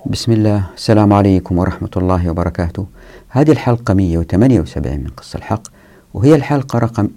بسم الله، السلام عليكم ورحمة الله وبركاته. هذه الحلقة 178 من قص الحق، وهي الحلقة رقم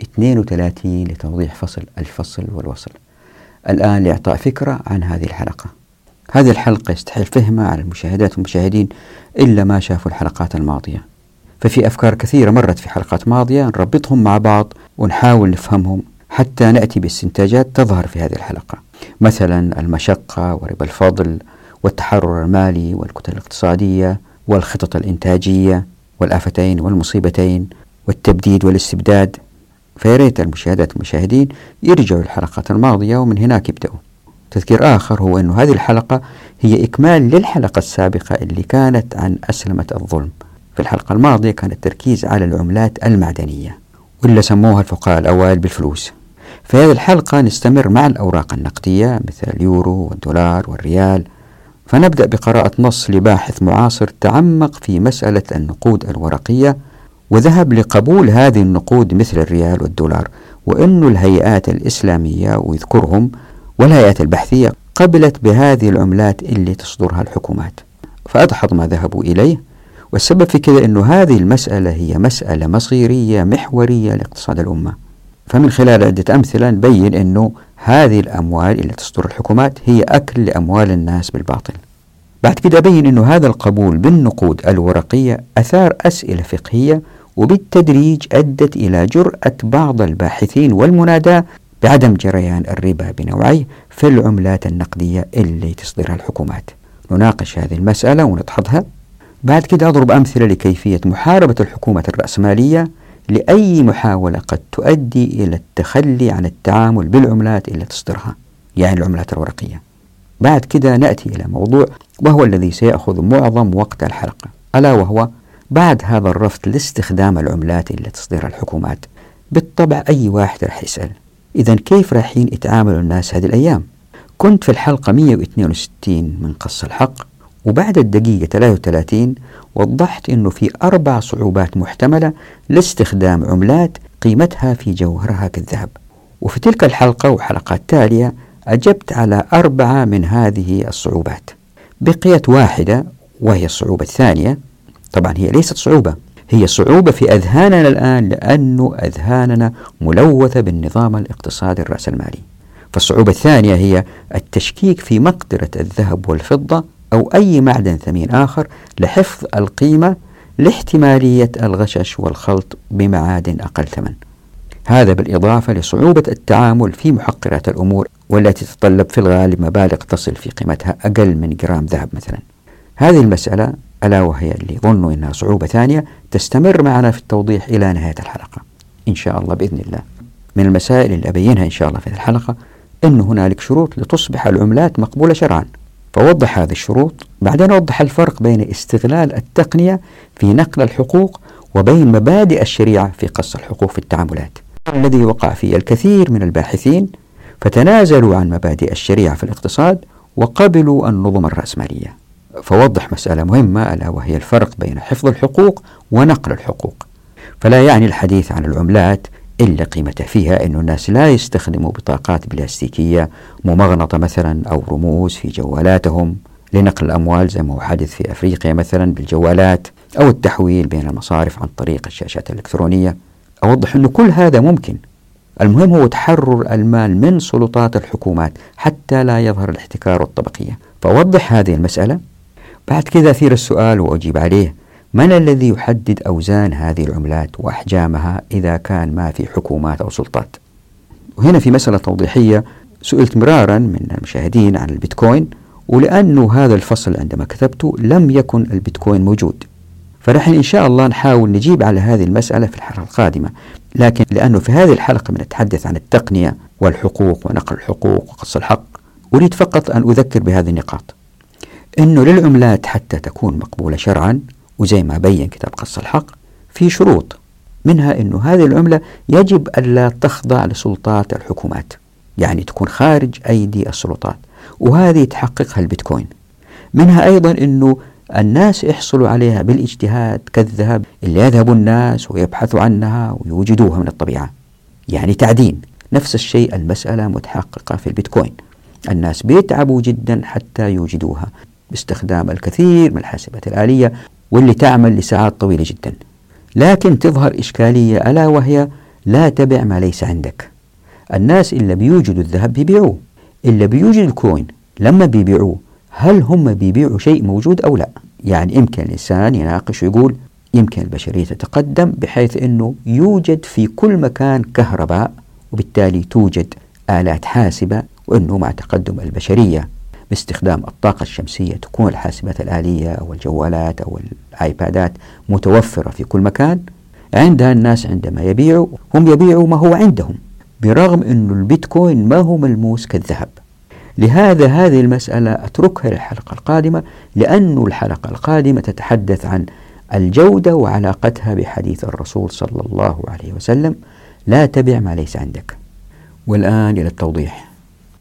32 لتوضيح فصل الفصل والوصل. الآن لإعطاء فكرة عن هذه الحلقة. هذه الحلقة يستحيل فهمها على المشاهدات والمشاهدين إلا ما شافوا الحلقات الماضية، ففي أفكار كثيرة مرت في حلقات ماضية نربطهم مع بعض ونحاول نفهمهم حتى نأتي باستنتاجات تظهر في هذه الحلقة، مثلا المشقة وربا الفضل والتحرر المالي والكتل الاقتصادية والخطط الإنتاجية والآفتين والمصيبتين والتبديد والاستبداد. فياريت المشاهدات والمشاهدين يرجعوا الحلقات الماضية ومن هناك يبدأوا. تذكير آخر هو أن هذه الحلقة هي إكمال للحلقة السابقة اللي كانت عن أسلمة الظلم. في الحلقة الماضية كان التركيز على العملات المعدنية واللي سموها الفقهاء الأوائل بالفلوس. في هذه الحلقة نستمر مع الأوراق النقدية مثل اليورو والدولار والريال، فنبدأ بقراءة نص لباحث معاصر تعمق في مسألة النقود الورقية وذهب لقبول هذه النقود مثل الريال والدولار، وأن الهيئات الإسلامية ويذكرهم والهيئات البحثية قبلت بهذه العملات اللي تصدرها الحكومات، فأدحض ما ذهبوا إليه. والسبب في كذا أنه هذه المسألة هي مسألة مصيرية محورية لاقتصاد الأمة. فمن خلال عدة أمثلة نبين أنه هذه الأموال اللي تصدر الحكومات هي أكل لأموال الناس بالباطل. بعد كده أبين أنه هذا القبول بالنقود الورقية أثار أسئلة فقهية، وبالتدريج أدت إلى جرأة بعض الباحثين والمناداة بعدم جريان الربا بنوعيه في العملات النقدية اللي تصدرها الحكومات. نناقش هذه المسألة ونتحضها. بعد كده أضرب أمثلة لكيفية محاربة الحكومة الرأسمالية لأي محاولة قد تؤدي إلى التخلي عن التعامل بالعملات اللي تصدرها، يعني العملات الورقية. بعد كده نأتي إلى موضوع وهو الذي سيأخذ معظم وقت الحلقة، ألا وهو بعد هذا الرفض لاستخدام العملات اللي تصدرها الحكومات. بالطبع أي واحد راح يسأل إذن كيف رايحين يتعاملوا الناس هذه الأيام؟ كنت في الحلقة 162 من قص الحق، وبعد الدقيقة 33 وضحت أنه في 4 صعوبات محتملة لاستخدام عملات قيمتها في جوهرها كالذهب. وفي تلك الحلقة وحلقات تالية أجبت على 4 من هذه الصعوبات. بقيت واحدة وهي الصعوبة الثانية. طبعا هي ليست صعوبة، هي صعوبة في أذهاننا الآن لأن أذهاننا ملوثة بالنظام الاقتصادي الرأسمالي. فالصعوبة الثانية هي التشكيك في مقدرة الذهب والفضة أو أي معدن ثمين آخر لحفظ القيمة لاحتمالية الغشش والخلط بمعادن أقل ثمن. هذا بالإضافة لصعوبة التعامل في محقرات الأمور والتي تتطلب في الغالب مبالغ تصل في قيمتها أقل من جرام ذهب مثلا. هذه المسألة ألا وهي اللي ظنوا إنها صعوبة ثانية تستمر معنا في التوضيح إلى نهاية الحلقة إن شاء الله بإذن الله. من المسائل اللي أبينها إن شاء الله في الحلقة أن هنالك شروط لتصبح العملات مقبولة شرعا، فوضح هذه الشروط. بعدين وضح الفرق بين استغلال التقنية في نقل الحقوق وبين مبادئ الشريعة في قص الحقوق في التعاملات، الذي وقع فيه الكثير من الباحثين فتنازلوا عن مبادئ الشريعة في الاقتصاد وقبلوا النظم الرأسمالية. فوضح مسألة مهمة ألا وهي الفرق بين حفظ الحقوق ونقل الحقوق. فلا يعني الحديث عن العملات إلا قيمته فيها أن الناس لا يستخدموا بطاقات بلاستيكية ممغنطة مثلا أو رموز في جوالاتهم لنقل الأموال زي ما هو حادث في أفريقيا مثلا بالجوالات، أو التحويل بين المصارف عن طريق الشاشات الإلكترونية. أوضح أن كل هذا ممكن، المهم هو تحرر المال من سلطات الحكومات حتى لا يظهر الاحتكار والطبقية. فأوضح هذه المسألة. بعد كذا أثير السؤال وأجيب عليه: من الذي يحدد أوزان هذه العملات وأحجامها إذا كان ما في حكومات أو سلطات؟ وهنا في مسألة توضيحية. سئلت مرارا من المشاهدين عن البيتكوين، ولأنه هذا الفصل عندما كتبته لم يكن البيتكوين موجود، فرح إن شاء الله نحاول نجيب على هذه المسألة في الحلقة القادمة. لكن لأنه في هذه الحلقة بنتحدث عن التقنية والحقوق ونقل الحقوق وقص الحق، أريد فقط أن أذكر بهذه النقاط: إنه للعملات حتى تكون مقبولة شرعا، وزي ما بين كتاب قص الحق، في شروط، منها أنه هذه العملة يجب ألا تخضع لسلطات الحكومات، يعني تكون خارج أيدي السلطات، وهذه تحققها البيتكوين. منها أيضا أنه الناس يحصلوا عليها بالاجتهاد كالذهب اللي يذهب الناس ويبحثوا عنها ويوجدوها من الطبيعة، يعني تعدين. نفس الشيء المسألة متحققة في البيتكوين، الناس بيتعبوا جدا حتى يوجدوها. باستخدام الكثير من الحاسبات الآلية واللي تعمل لساعات طويلة جدا. لكن تظهر إشكالية، ألا وهي لا تبع ما ليس عندك. الناس إلا بيوجدوا الذهب بيبيعوه، إلا بيوجد الكوين لما بيبيعوه هل هم بيبيعوا شيء موجود أو لا؟ يعني يمكن الإنسان يناقش ويقول يمكن البشرية تتقدم بحيث أنه يوجد في كل مكان كهرباء، وبالتالي توجد آلات حاسبة، وأنه مع تقدم البشرية باستخدام الطاقة الشمسية تكون الحاسبات الآلية أو الجوالات أو الآيبادات متوفرة في كل مكان. عندها الناس عندما يبيعوا هم يبيعوا ما هو عندهم، برغم أن البيتكوين ما هو ملموس كالذهب. لهذا هذه المسألة أتركها للحلقة القادمة، لأن الحلقة القادمة تتحدث عن الجودة وعلاقتها بحديث الرسول صلى الله عليه وسلم: لا تبع ما ليس عندك. والآن إلى التوضيح.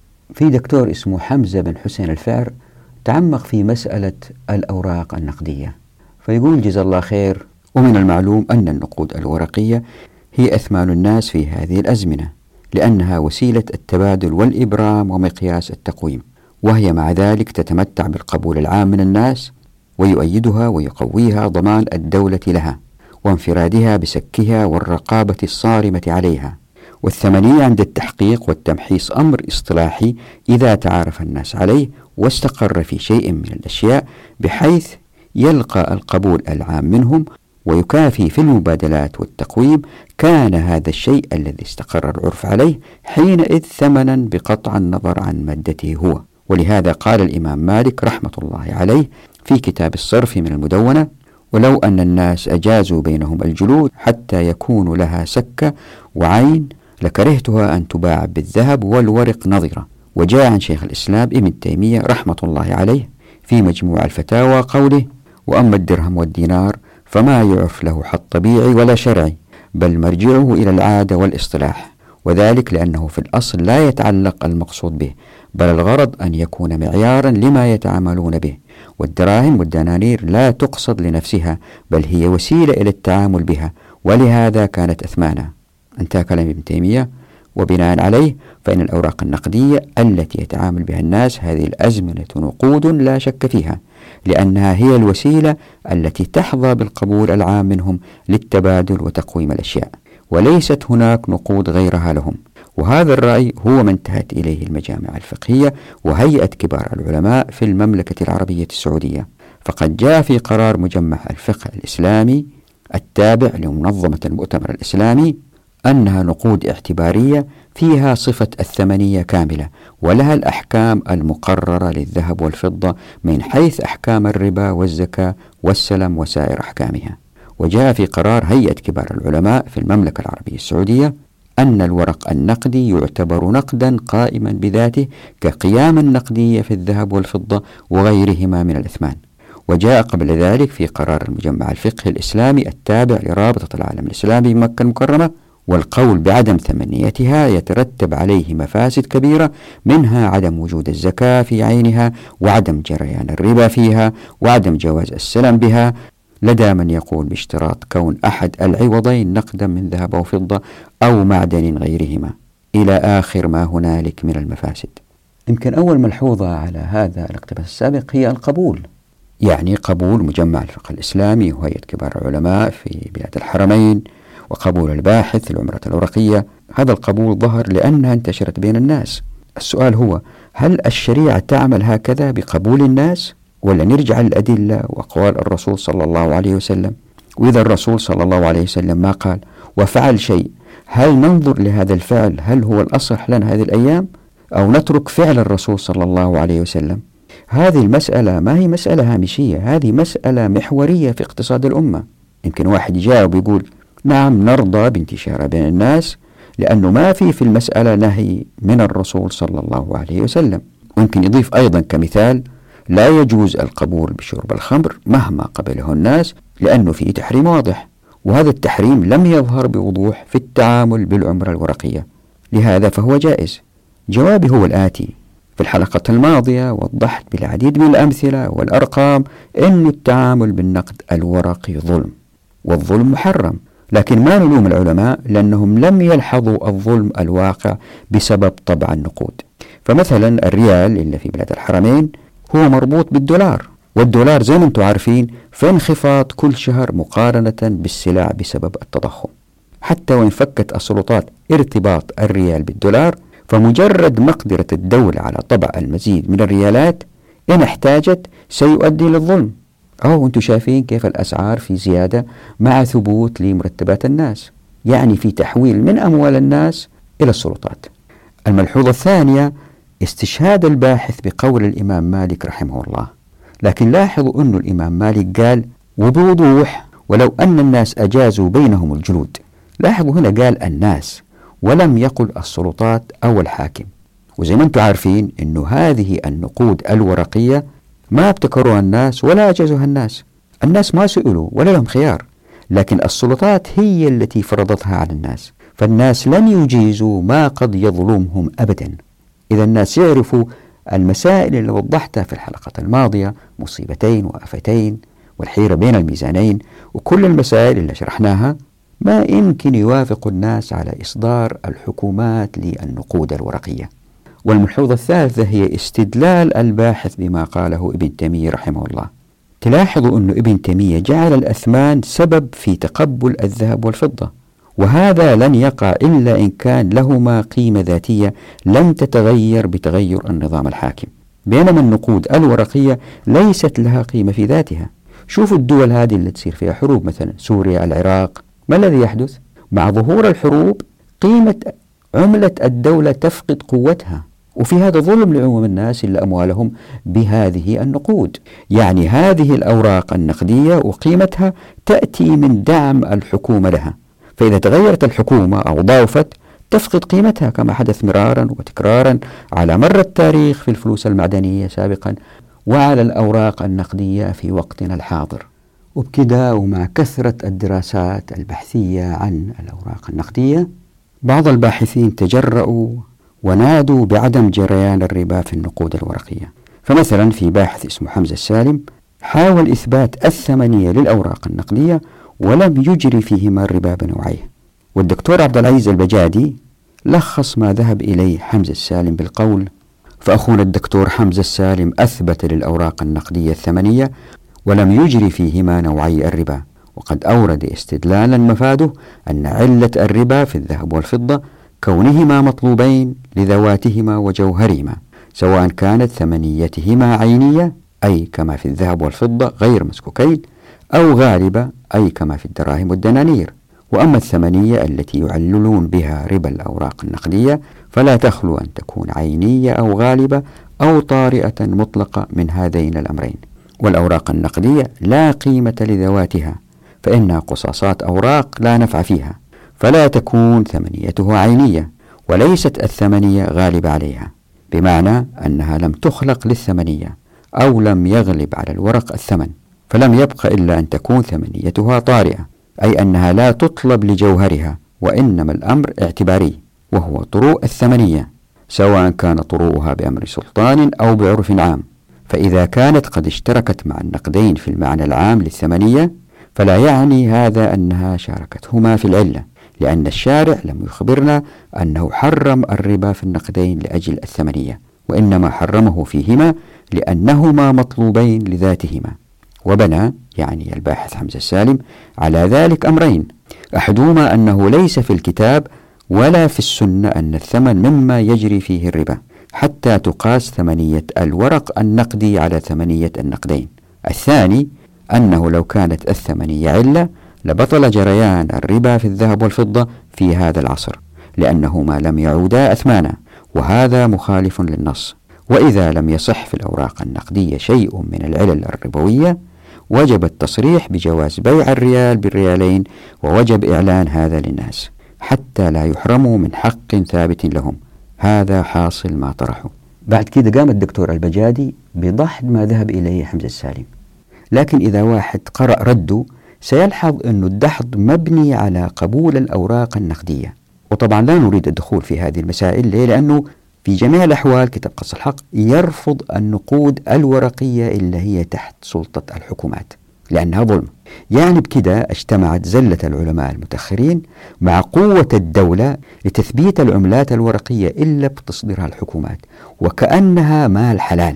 في دكتور اسمه حمزة بن حسين الفعر تعمق في مسألة الأوراق النقدية، فيقول جزا الله خير: ومن المعلوم أن النقود الورقية هي أثمان الناس في هذه الأزمنة، لأنها وسيلة التبادل والإبرام ومقياس التقويم، وهي مع ذلك تتمتع بالقبول العام من الناس، ويؤيدها ويقويها ضمان الدولة لها وانفرادها بسكها والرقابة الصارمة عليها. والثمنية عند التحقيق والتمحيص أمر اصطلاحي إذا تعارف الناس عليه واستقر في شيء من الأشياء بحيث يلقى القبول العام منهم ويكافي في المبادلات والتقويم، كان هذا الشيء الذي استقر العرف عليه حينئذ ثمنا بقطع النظر عن مادته هو. ولهذا قال الإمام مالك رحمة الله عليه في كتاب الصرف من المدونة: ولو أن الناس أجازوا بينهم الجلود حتى يكون لها سكة وعين لكرهتها أن تباع بالذهب والورق نظرة. وجاء عن شيخ الإسلام ابن تيمية رحمة الله عليه في مجموع الفتاوى قوله: وأما الدرهم والدينار فما يعرف له حد طبيعي ولا شرعي، بل مرجعه إلى العادة والاصطلاح، وذلك لأنه في الأصل لا يتعلق المقصود به، بل الغرض أن يكون معيارا لما يتعاملون به. والدراهم والدنانير لا تقصد لنفسها، بل هي وسيلة إلى التعامل بها، ولهذا كانت أثمانا. انتهى كلام ابن تيمية. وبناء عليه فإن الأوراق النقدية التي يتعامل بها الناس هذه الأزمنة نقود لا شك فيها، لأنها هي الوسيلة التي تحظى بالقبول العام منهم للتبادل وتقويم الأشياء، وليست هناك نقود غيرها لهم. وهذا الرأي هو ما انتهت إليه المجامع الفقهية وهيئة كبار العلماء في المملكة العربية السعودية. فقد جاء في قرار مجمع الفقه الإسلامي التابع لمنظمة المؤتمر الإسلامي أنها نقود اعتبارية فيها صفة الثمنية كاملة، ولها الأحكام المقررة للذهب والفضة من حيث أحكام الربا والزكاة والسلم وسائر أحكامها. وجاء في قرار هيئة كبار العلماء في المملكة العربية السعودية أن الورق النقدي يعتبر نقدا قائما بذاته كقيام النقدية في الذهب والفضة وغيرهما من الأثمان. وجاء قبل ذلك في قرار المجمع الفقهي الإسلامي التابع لرابطة العالم الإسلامي بمكة المكرمة، والقول بعدم ثمنيتها يترتب عليه مفاسد كبيرة، منها عدم وجود الزكاة في عينها، وعدم جريان الربا فيها، وعدم جواز السلم بها لدى من يقول باشتراط كون أحد العوضين نقدا من ذهب أو فضة أو معدن غيرهما، إلى آخر ما هنالك من المفاسد. يمكن أول ملحوظة على هذا الاقتباس السابق هي القبول، يعني قبول مجمع الفقه الإسلامي وهيئة كبار العلماء في بلاد الحرمين، وقبول الباحث للعملة الورقية. هذا القبول ظهر لأنها انتشرت بين الناس. السؤال هو: هل الشريعة تعمل هكذا بقبول الناس، ولا نرجع للأدلة وأقوال الرسول صلى الله عليه وسلم؟ وإذا الرسول صلى الله عليه وسلم ما قال وفعل شيء، هل ننظر لهذا الفعل هل هو الأصح لنا هذه الأيام، أو نترك فعل الرسول صلى الله عليه وسلم؟ هذه المسألة ما هي مسألة هامشية، هذه مسألة محورية في اقتصاد الأمة. يمكن واحد يجاوب ويقول: نعم نرضى بانتشارها بين الناس، لأنه ما في المسألة نهي من الرسول صلى الله عليه وسلم. ممكن يضيف أيضا كمثال: لا يجوز القبول بشرب الخمر مهما قبله الناس، لأنه فيه تحريم واضح، وهذا التحريم لم يظهر بوضوح في التعامل بالعملة الورقية، لهذا فهو جائز. جوابي هو الآتي: في الحلقة الماضية وضحت بالعديد من الأمثلة والأرقام أن التعامل بالنقد الورقي ظلم، والظلم محرم، لكن ما نلوم العلماء لأنهم لم يلحظوا الظلم الواقع بسبب طبع النقود. فمثلا الريال اللي في بلاد الحرمين هو مربوط بالدولار، والدولار زي ما انتم عارفين في انخفاض كل شهر مقارنة بالسلع بسبب التضخم. حتى وإن فكت السلطات ارتباط الريال بالدولار، فمجرد مقدرة الدولة على طبع المزيد من الريالات إن احتاجت سيؤدي للظلم. وانتم شايفين كيف الأسعار في زيادة مع ثبوت لمرتبات الناس، يعني في تحويل من أموال الناس إلى السلطات. الملحوظة الثانية استشهاد الباحث بقول الإمام مالك رحمه الله، لكن لاحظوا أن الإمام مالك قال وبوضوح ولو أن الناس أجازوا بينهم الجلود. لاحظوا هنا قال الناس ولم يقل السلطات أو الحاكم. وزي ما أنتم عارفين أنه هذه النقود الورقية ما ابتكروها الناس ولا أجازوها الناس. الناس ما سئلوا ولا لهم خيار، لكن السلطات هي التي فرضتها على الناس، فالناس لن يجيزوا ما قد يظلمهم أبدا. إذا الناس يعرفوا المسائل اللي وضحتها في الحلقة الماضية، مصيبتين وآفتين والحيرة بين الميزانين، وكل المسائل اللي شرحناها، ما يمكن يوافق الناس على إصدار الحكومات للنقود الورقية. والملحوظة الثالثة هي استدلال الباحث بما قاله ابن تيمية رحمه الله. تلاحظوا أن ابن تيمية جعل الأثمان سبب في تقبل الذهب والفضة، وهذا لن يقع إلا إن كان لهما قيمة ذاتية لم تتغير بتغير النظام الحاكم، بينما النقود الورقية ليست لها قيمة في ذاتها. شوفوا الدول هذه اللي تصير فيها حروب، مثلا سوريا، العراق، ما الذي يحدث؟ مع ظهور الحروب قيمة عملة الدولة تفقد قوتها، وفي هذا ظلم لعموم الناس اللي أموالهم بهذه النقود. يعني هذه الأوراق النقدية وقيمتها تأتي من دعم الحكومة لها، فإذا تغيرت الحكومة أو ضعفت تفقد قيمتها، كما حدث مرارا وتكرارا على مر التاريخ في الفلوس المعدنية سابقا وعلى الأوراق النقدية في وقتنا الحاضر. وبكده ومع كثرة الدراسات البحثية عن الأوراق النقدية، بعض الباحثين تجرؤوا ونادوا بعدم جريان الربا في النقود الورقية. فمثلا في باحث اسمه حمزة السالم حاول إثبات الثمنية للأوراق النقدية ولم يجري فيهما الربا بنوعيه. والدكتور عبد العزيز البجادي لخص ما ذهب إليه حمزة السالم بالقول: فأخونا الدكتور حمزة السالم أثبت للأوراق النقدية الثمنية ولم يجري فيهما نوعي الربا، وقد أورد استدلالا مفاده أن علة الربا في الذهب والفضة كونهما مطلوبين لذواتهما وجوهرهما، سواء كانت ثمنيتهما عينية أي كما في الذهب والفضة غير مسكوكين، أو غالبة أي كما في الدراهم والدنانير. وأما الثمنية التي يعللون بها ربا الأوراق النقدية فلا تخلو أن تكون عينية أو غالبة أو طارئة مطلقة من هذين الأمرين. والأوراق النقدية لا قيمة لذواتها، فإنها قصاصات أوراق لا نفع فيها، فلا تكون ثمنيتها عينية، وليست الثمنية غالبة عليها، بمعنى أنها لم تخلق للثمنية أو لم يغلب على الورق الثمن، فلم يبق إلا أن تكون ثمنيتها طارئة، أي أنها لا تطلب لجوهرها، وإنما الأمر اعتباري، وهو طروء الثمنية، سواء كان طروءها بأمر سلطان أو بعرف عام. فإذا كانت قد اشتركت مع النقدين في المعنى العام للثمنية فلا يعني هذا أنها شاركتهما في العلة، لأن الشارع لم يخبرنا أنه حرم الربا في النقدين لأجل الثمنية، وإنما حرمه فيهما لأنهما مطلوبين لذاتهما. وبنى يعني الباحث حمزة السالم على ذلك أمرين: أحدهما أنه ليس في الكتاب ولا في السنة أن الثمن مما يجري فيه الربا حتى تقاس ثمنية الورق النقدي على ثمنية النقدين. الثاني أنه لو كانت الثمنية علة لبطل جريان الربا في الذهب والفضة في هذا العصر، لأنهما لم يعودا أثمانا، وهذا مخالف للنص. وإذا لم يصح في الأوراق النقدية شيء من العلل الربوية وجب التصريح بجواز بيع الريال بالريالين، ووجب إعلان هذا للناس حتى لا يحرموا من حق ثابت لهم. هذا حاصل ما طرحه. بعد كده قام الدكتور البجادي بضحض ما ذهب إليه حمزة السالم، لكن إذا واحد قرأ رده سيلحظ أن الدحض مبني على قبول الأوراق النقدية. وطبعا لا نريد الدخول في هذه المسائل، لأنه في جميع الأحوال كتاب قص الحق يرفض النقود الورقية اللي هي تحت سلطة الحكومات لأنها ظلم. يعني بكده اجتمعت زلة العلماء المتأخرين مع قوة الدولة لتثبيت العملات الورقية إلا بتصديرها الحكومات، وكأنها مال حلال.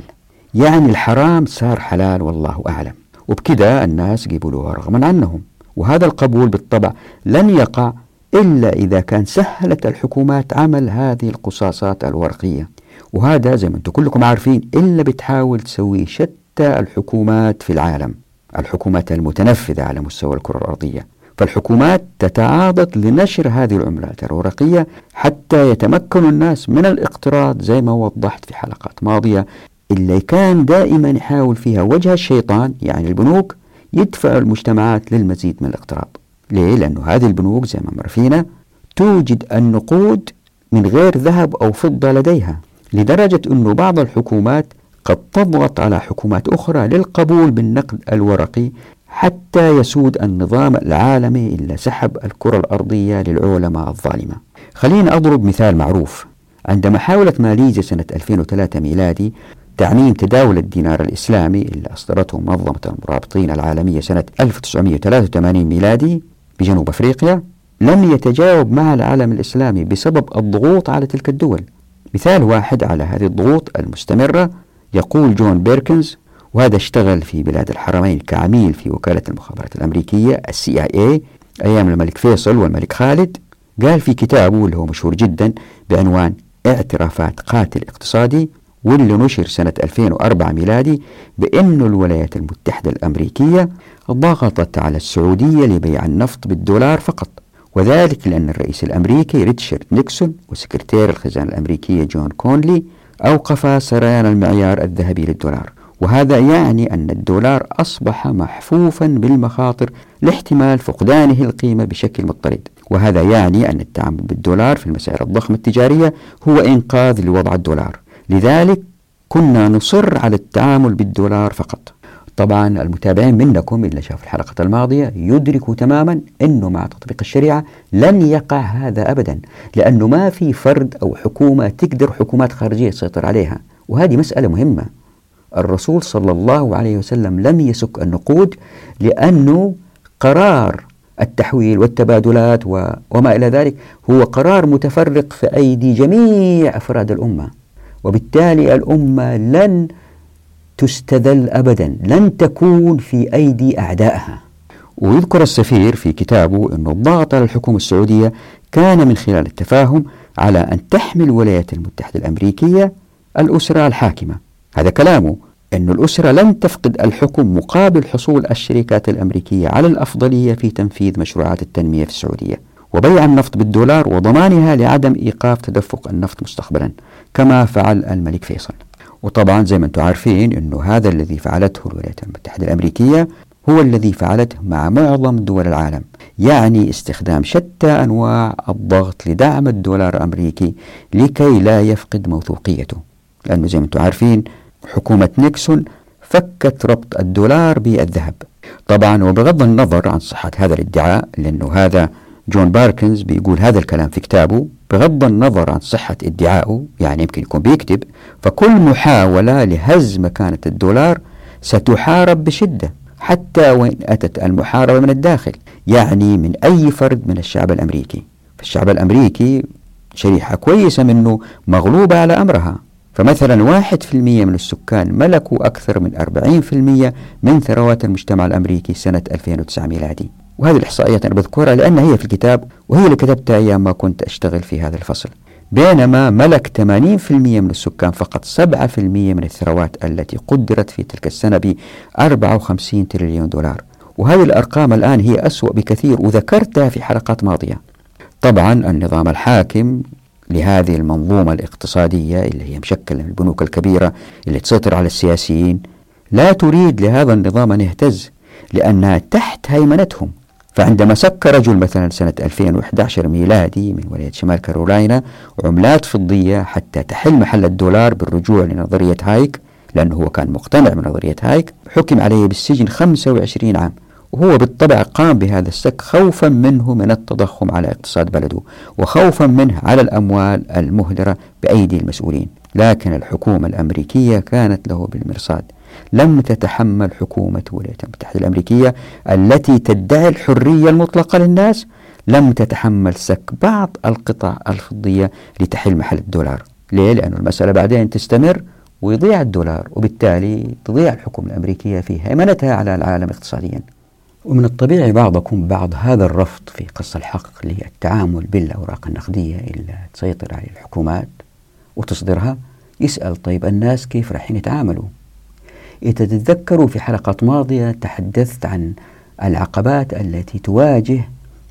يعني الحرام صار حلال والله أعلم، وبكده الناس قبلوها رغما عنهم. وهذا القبول بالطبع لن يقع إلا إذا كان سهلت الحكومات عمل هذه القصاصات الورقية، وهذا زي ما أنتم كلكم عارفين إلا بتحاول تسوي شتى الحكومات في العالم، الحكومات المتنفذة على مستوى الكرة الأرضية. فالحكومات تتعاضد لنشر هذه العملات الورقية حتى يتمكن الناس من الاقتراض، زي ما وضحت في حلقات ماضية، اللي كان دائما يحاول فيها وجه الشيطان يعني البنوك يدفع المجتمعات للمزيد من الاقتراض. ليه؟ لأنه هذه البنوك زي ما عرفنا توجد النقود من غير ذهب أو فضة لديها، لدرجة أنه بعض الحكومات قد تضغط على حكومات أخرى للقبول بالنقد الورقي حتى يسود النظام العالمي إلا سحب الكرة الأرضية للعولمة الظالمة. خلينا أضرب مثال معروف. عندما حاولت ماليزيا سنة 2003 ميلادي تعميم تداول الدينار الإسلامي اللي أصدرته منظمة المرابطين العالمية سنة 1983 ميلادي بجنوب أفريقيا، لم يتجاوب مع العالم الإسلامي بسبب الضغوط على تلك الدول. مثال واحد على هذه الضغوط المستمرة يقول جون بيركنز، وهذا اشتغل في بلاد الحرمين كعميل في وكالة المخابرات الأمريكية CIA أيام الملك فيصل والملك خالد. قال في كتابه اللي هو مشهور جدا بعنوان اعترافات قاتل اقتصادي، واللي نشر سنة 2004 ميلادي، بأن الولايات المتحدة الأمريكية ضغطت على السعودية لبيع النفط بالدولار فقط، وذلك لأن الرئيس الأمريكي ريتشارد نيكسون وسكرتير الخزانة الأمريكية جون كونلي أوقفا سريان المعيار الذهبي للدولار. وهذا يعني أن الدولار أصبح محفوفا بالمخاطر لاحتمال فقدانه القيمة بشكل مضطرد، وهذا يعني أن التعامل بالدولار في المسائل الضخمة التجارية هو إنقاذ لوضع الدولار. لذلك كنا نصر على التعامل بالدولار فقط. طبعا المتابعين منكم اللي شافوا الحلقة الماضية يدركوا تماما أنه مع تطبيق الشريعة لن يقع هذا أبدا، لأنه ما في فرد أو حكومة تقدر حكومات خارجية تسيطر عليها، وهذه مسألة مهمة. الرسول صلى الله عليه وسلم لم يسك النقود لأنه قرار التحويل والتبادلات وما إلى ذلك هو قرار متفرق في أيدي جميع أفراد الأمة، وبالتالي الأمة لن تستذل أبدا، لن تكون في أيدي أعدائها. ويذكر السفير في كتابه أن الضغط على الحكومة السعودية كان من خلال التفاهم على أن تحمل الولايات المتحدة الأمريكية الأسرة الحاكمة. هذا كلامه، أن الأسرة لن تفقد الحكم مقابل حصول الشركات الأمريكية على الأفضلية في تنفيذ مشروعات التنمية في السعودية وبيع النفط بالدولار وضمانها لعدم إيقاف تدفق النفط مستقبلا كما فعل الملك فيصل. وطبعا زي ما أنتم عارفين أنه هذا الذي فعلته الولايات المتحدة الأمريكية هو الذي فعلته مع معظم دول العالم، يعني استخدام شتى أنواع الضغط لدعم الدولار الأمريكي لكي لا يفقد موثوقيته، لأنه زي ما أنتم عارفين حكومة نيكسون فكت ربط الدولار بالذهب. طبعا وبغض النظر عن صحة هذا الادعاء، لأنه هذا جون باركنز بيقول هذا الكلام في كتابه، بغض النظر عن صحة ادعائه، يعني يمكن يكون بيكتب، فكل محاولة لهز مكانة الدولار ستحارب بشدة، حتى وإن أتت المحاربة من الداخل، يعني من أي فرد من الشعب الأمريكي. فالشعب الأمريكي شريحة كويسة منه مغلوبة على أمرها. فمثلا 1% من السكان ملكوا أكثر من 40% من ثروات المجتمع الأمريكي سنة 2009 ميلادي. وهذه الإحصائيات أنا بذكرها لأنها هي في الكتاب، وهي اللي كتبتها أيام ما كنت أشتغل في هذا الفصل. بينما ملك 80% من السكان فقط 7% من الثروات التي قدرت في تلك السنة ب 54 تريليون دولار. وهذه الأرقام الآن هي أسوأ بكثير، وذكرتها في حلقات ماضية. طبعا النظام الحاكم لهذه المنظومة الاقتصادية اللي هي مشكلة من البنوك الكبيرة اللي تسيطر على السياسيين لا تريد لهذا النظام أن يهتز، لأنها تحت هيمنتهم. فعندما سك رجل مثلا سنة 2011 ميلادي من ولاية شمال كارولاينا عملات فضية حتى تحل محل الدولار بالرجوع لنظرية هايك، لأنه هو كان مقتنع بنظرية هايك، حكم عليه بالسجن 25 عام. وهو بالطبع قام بهذا السك خوفا منه من التضخم على اقتصاد بلده، وخوفا منه على الأموال المهدرة بأيدي المسؤولين. لكن الحكومة الأمريكية كانت له بالمرصاد. لم تتحمل حكومة الولايات المتحدة الأمريكية التي تدعي الحرية المطلقة للناس، لم تتحمل سك بعض القطع الفضية لتحل محل الدولار. ليه؟ لأن المسألة بعدين تستمر ويضيع الدولار، وبالتالي تضيع الحكومة الأمريكية في هيمنتها على العالم اقتصاديا. ومن الطبيعي بعض هذا الرفض في قص الحق للتعامل بالأوراق النقدية اللي تسيطر على الحكومات وتصدرها يسأل طيب الناس كيف راح يتعاملوا؟ إذا تتذكروا في حلقات ماضية تحدثت عن العقبات التي تواجه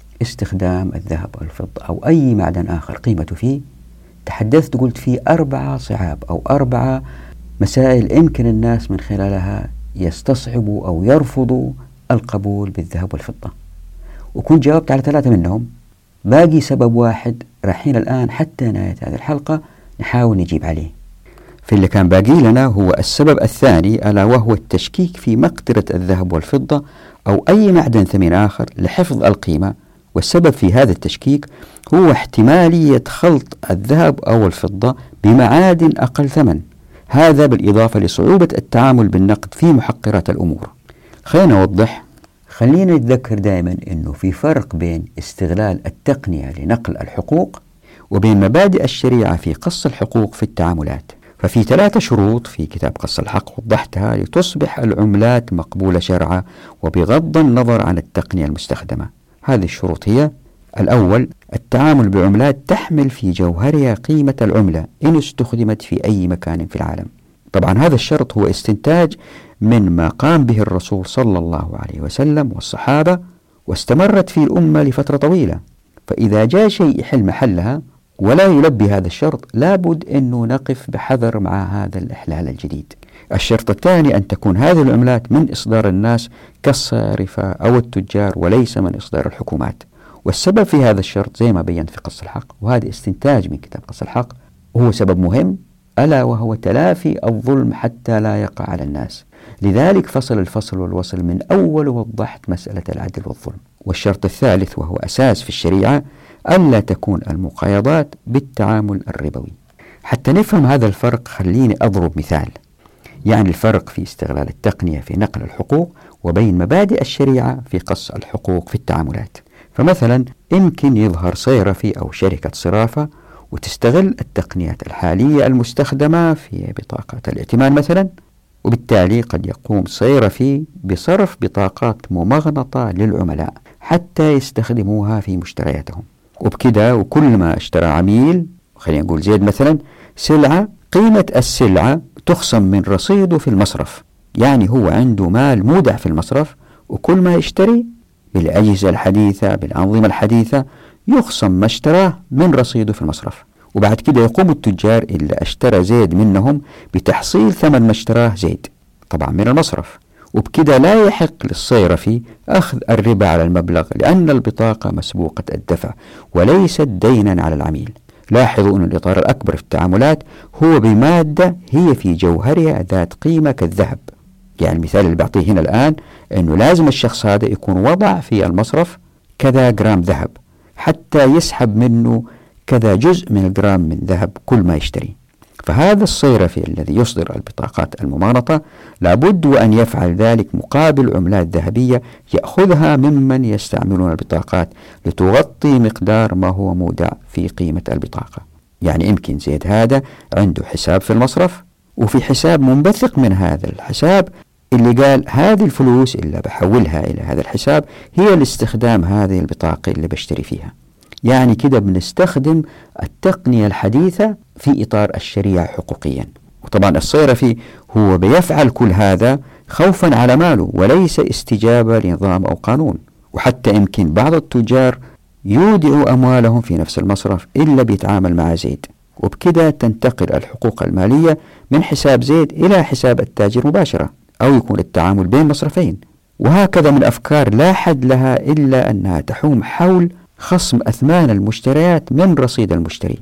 استخدام الذهب أو الفضة أو أي معدن آخر قيمته فيه. تحدثت قلت في 4 صعاب أو 4 مسائل يمكن الناس من خلالها يستصعبوا أو يرفضوا القبول بالذهب والفضة، وكنت جاوبت على 3 منهم. باقي سبب واحد رايحين الآن حتى نهاية هذه الحلقة نحاول نجيب عليه. في اللي كان باقي لنا هو السبب الثاني، ألا وهو التشكيك في مقدرة الذهب والفضة أو أي معدن ثمين آخر لحفظ القيمة. والسبب في هذا التشكيك هو احتمالية خلط الذهب أو الفضة بمعادن أقل ثمن، هذا بالإضافة لصعوبة التعامل بالنقد في محقرات الأمور. خلينا نوضح. خلينا نتذكر دائما أنه في فرق بين استغلال التقنية لنقل الحقوق وبين مبادئ الشريعة في قص الحقوق في التعاملات. ففي 3 شروط في كتاب قص الحق وضحتها لتصبح العملات مقبولة شرعا وبغض النظر عن التقنية المستخدمة. هذه الشروط هي: الأول، التعامل بعملات تحمل في جوهرها قيمة العملة إن استخدمت في أي مكان في العالم. طبعا هذا الشرط هو استنتاج من ما قام به الرسول صلى الله عليه وسلم والصحابة، واستمرت في الأمة لفترة طويلة. فإذا جاء شيء يحل محلها ولا يلبي هذا الشرط لابد أنه نقف بحذر مع هذا الإحلال الجديد. الشرط الثاني أن تكون هذه العملات من إصدار الناس كالصارفة أو التجار وليس من إصدار الحكومات. والسبب في هذا الشرط زي ما بينت في قص الحق، وهذا استنتاج من كتاب قص الحق، وهو سبب مهم، ألا وهو تلافي الظلم حتى لا يقع على الناس. لذلك فصل الفصل والوصل من أول وضحت مسألة العدل والظلم. والشرط الثالث وهو أساس في الشريعة ألا تكون المقايضات بالتعامل الربوي. حتى نفهم هذا الفرق خليني أضرب مثال، يعني الفرق في استغلال التقنية في نقل الحقوق وبين مبادئ الشريعة في قص الحقوق في التعاملات. فمثلا يمكن يظهر صيرفي أو شركة صرافة وتستغل التقنيات الحالية المستخدمة في بطاقة الائتمان مثلا، وبالتالي قد يقوم صيرفي بصرف بطاقات ممغنطة للعملاء حتى يستخدموها في مشترياتهم. وبكده وكل ما اشترى عميل، خلينا نقول زيد مثلا، سلعة، قيمة السلعة تخصم من رصيده في المصرف. يعني هو عنده مال مودع في المصرف، وكل ما يشتري بالأجهزة الحديثة بالأنظمة الحديثة يخصم ما اشتراه من رصيده في المصرف. وبعد كده يقوم التجار اللي اشترى زيد منهم بتحصيل ثمن ما اشتراه زيد طبعا من المصرف. وبكده لا يحق للصيرفي أخذ الربا على المبلغ لأن البطاقة مسبوقة الدفع وليست دينا على العميل. لاحظوا أن الإطار الأكبر في التعاملات هو بمادة هي في جوهرها ذات قيمة كالذهب. يعني المثال اللي بعطيه هنا الآن أنه لازم الشخص هذا يكون وضع في المصرف كذا جرام ذهب حتى يسحب منه كذا جزء من الجرام من ذهب كل ما يشتري. فهذا الصيرفي الذي يصدر البطاقات الممغنطة لابد وأن يفعل ذلك مقابل عملات ذهبية يأخذها ممن يستعملون البطاقات لتغطي مقدار ما هو مودع في قيمة البطاقة. يعني يمكن زيد هذا عنده حساب في المصرف وفي حساب منبثق من هذا الحساب اللي قال هذه الفلوس اللي بحولها إلى هذا الحساب هي لاستخدام هذه البطاقة اللي بشتري فيها. يعني كده بنستخدم التقنية الحديثة في إطار الشريعة حقوقيا. وطبعا الصيرفي هو بيفعل كل هذا خوفا على ماله وليس استجابة لنظام أو قانون. وحتى يمكن بعض التجار يودعوا أموالهم في نفس المصرف إلا بيتعامل مع زيد، وبكده تنتقل الحقوق المالية من حساب زيد إلى حساب التاجر مباشرة، أو يكون التعامل بين مصرفين. وهكذا من أفكار لا حد لها إلا أنها تحوم حول خصم أثمان المشتريات من رصيد المشتري،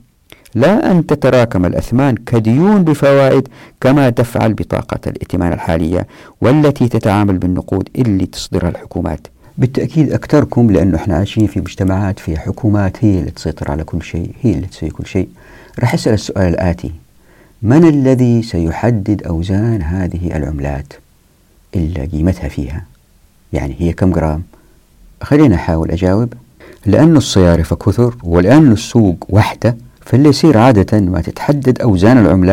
لا أن تتراكم الأثمان كديون بفوائد كما تفعل بطاقة الائتمان الحالية والتي تتعامل بالنقود اللي تصدرها الحكومات. بالتأكيد أكثركم لأنه احنا عايشين في مجتمعات في حكومات هي اللي تسيطر على كل شيء، هي اللي تسوي كل شيء. رح أسأل السؤال الآتي: من الذي سيحدد أوزان هذه العملات اللي قيمتها فيها؟ يعني هي كم جرام؟ خلينا أحاول أجاوب. لأن الصيارفة كثر ولأن السوق وحدة، فاللي يصير عادة ما تتحدد أوزان العملات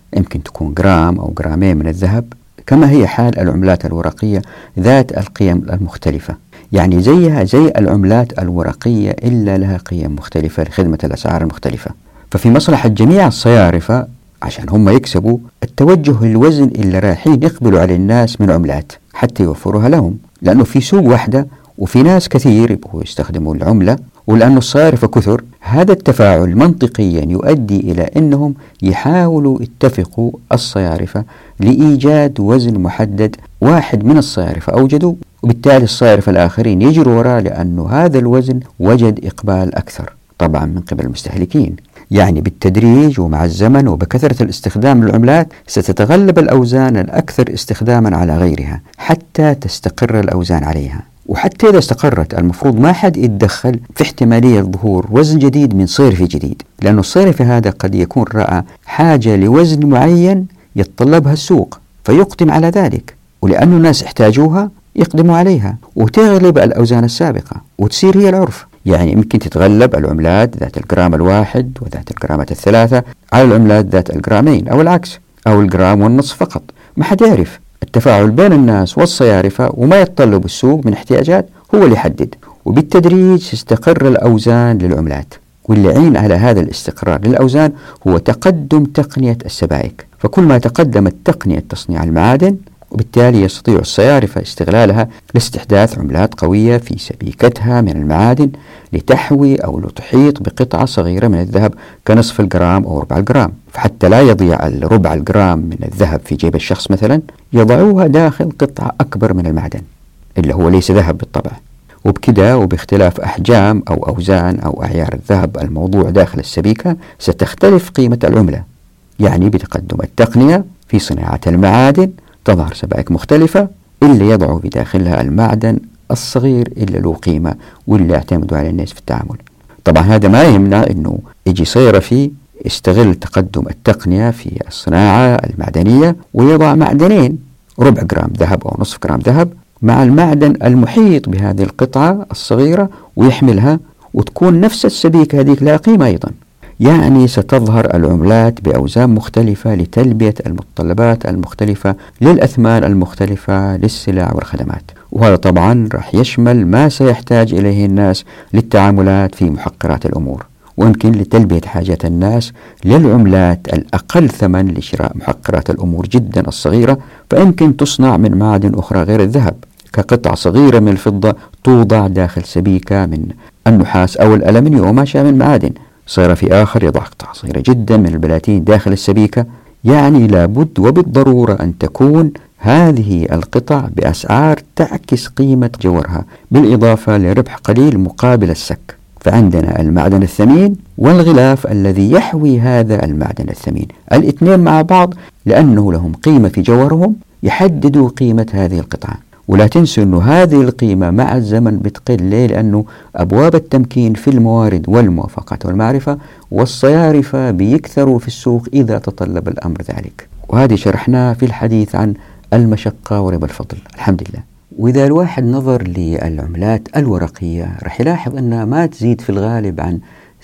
يمكن تكون جرام أو جرامين من الذهب، كما هي حال العملات الورقية ذات القيم المختلفة، يعني زيها زي العملات الورقية إلا لها قيم مختلفة لخدمة الأسعار المختلفة. ففي مصلحة جميع الصيارفة عشان هم يكسبوا التوجه للوزن اللي رايحين يقبلوا على الناس من عملات حتى يوفروها لهم، لأنه في سوق واحدة وفي ناس كثير يبغوا يستخدموا العملة، ولأنه الصيارفة كثر، هذا التفاعل منطقيا يؤدي إلى أنهم يحاولوا يتفقوا الصيارفة لإيجاد وزن محدد واحد من الصيارفة أوجدوا، وبالتالي الصيارفة الآخرين يجروا وراء لأنه هذا الوزن وجد إقبال أكثر طبعا من قبل المستهلكين. يعني بالتدريج ومع الزمن وبكثرة الاستخدام للعملات ستتغلب الأوزان الأكثر استخداما على غيرها حتى تستقر الأوزان عليها. وحتى إذا استقرت المفروض ما حد يتدخل في احتمالية ظهور وزن جديد من صيرفي جديد، لأنه الصيرفي هذا قد يكون رأى حاجة لوزن معين يتطلبها السوق فيقدم على ذلك، ولأنه الناس احتاجوها يقدموا عليها وتغلب الأوزان السابقة وتصير هي العرف. يعني يمكن تتغلب العملات ذات الجرام الواحد وذات الجرامات الثلاثة على العملات ذات الجرامين أو العكس، أو الجرام والنصف فقط. ما حد يعرف. التفاعل بين الناس والصيارفة وما يتطلب السوق من احتياجات هو اللي يحدد، وبالتدريج تستقر الأوزان للعملات. واللي يعين على هذا الاستقرار للأوزان هو تقدم تقنية السبائك. فكل ما تقدمت تقنية تصنيع المعادن وبالتالي يستطيع الصيارفة استغلالها لاستحداث عملات قوية في سبيكتها من المعادن لتحوي أو لتحيط بقطعة صغيرة من الذهب كنصف الجرام أو ربع الجرام. فحتى لا يضيع الربع الجرام من الذهب في جيب الشخص مثلا، يضعوها داخل قطعة أكبر من المعدن اللي هو ليس ذهب بالطبع. وبكده وباختلاف أحجام أو أوزان أو أعيار الذهب الموضوع داخل السبيكة ستختلف قيمة العملة. يعني بتقدم التقنية في صناعة المعادن تظهر سبائك مختلفة اللي يضعوا بداخلها المعدن الصغير اللي له قيمة واللي يعتمدوا على الناس في التعامل. طبعا هذا ما يمنع أنه يجي صيرفي يستغل تقدم التقنية في الصناعة المعدنية ويضع معدنين ربع جرام ذهب أو نصف جرام ذهب مع المعدن المحيط بهذه القطعة الصغيرة ويحملها، وتكون نفس السبيكة هذيك لها قيمة أيضا. يعني ستظهر العملات بأوزان مختلفة لتلبية المتطلبات المختلفة للأثمان المختلفة للسلع والخدمات. وهذا طبعا راح يشمل ما سيحتاج إليه الناس للتعاملات في محقرات الأمور، ويمكن لتلبية حاجات الناس للعملات الأقل ثمن لشراء محقرات الأمور جدا الصغيرة، فيمكن تصنع من معادن أخرى غير الذهب كقطعة صغيرة من الفضة توضع داخل سبيكة من النحاس أو الألمنيوم وما شابه من معادن. صيرفي آخر يضع قطعة صغيرة جدا من البلاتين داخل السبيكة. يعني لابد وبالضرورة أن تكون هذه القطع بأسعار تعكس قيمة جوهرها بالإضافة لربح قليل مقابل السك. فعندنا المعدن الثمين والغلاف الذي يحوي هذا المعدن الثمين، الاثنين مع بعض لأنه لهم قيمة في جوهرهم يحددوا قيمة هذه القطعة. ولا تنسوا أنه هذه القيمة مع الزمن بتقل. ليه؟ لأنه أبواب التمكين في الموارد والموافقات والمعرفة والصيارفة بيكثروا في السوق إذا تطلب الأمر ذلك. وهذه شرحناه في الحديث عن المشقة وربا الفضل الحمد لله. وإذا الواحد نظر للعملات الورقية رح يلاحظ أنها ما تزيد في الغالب عن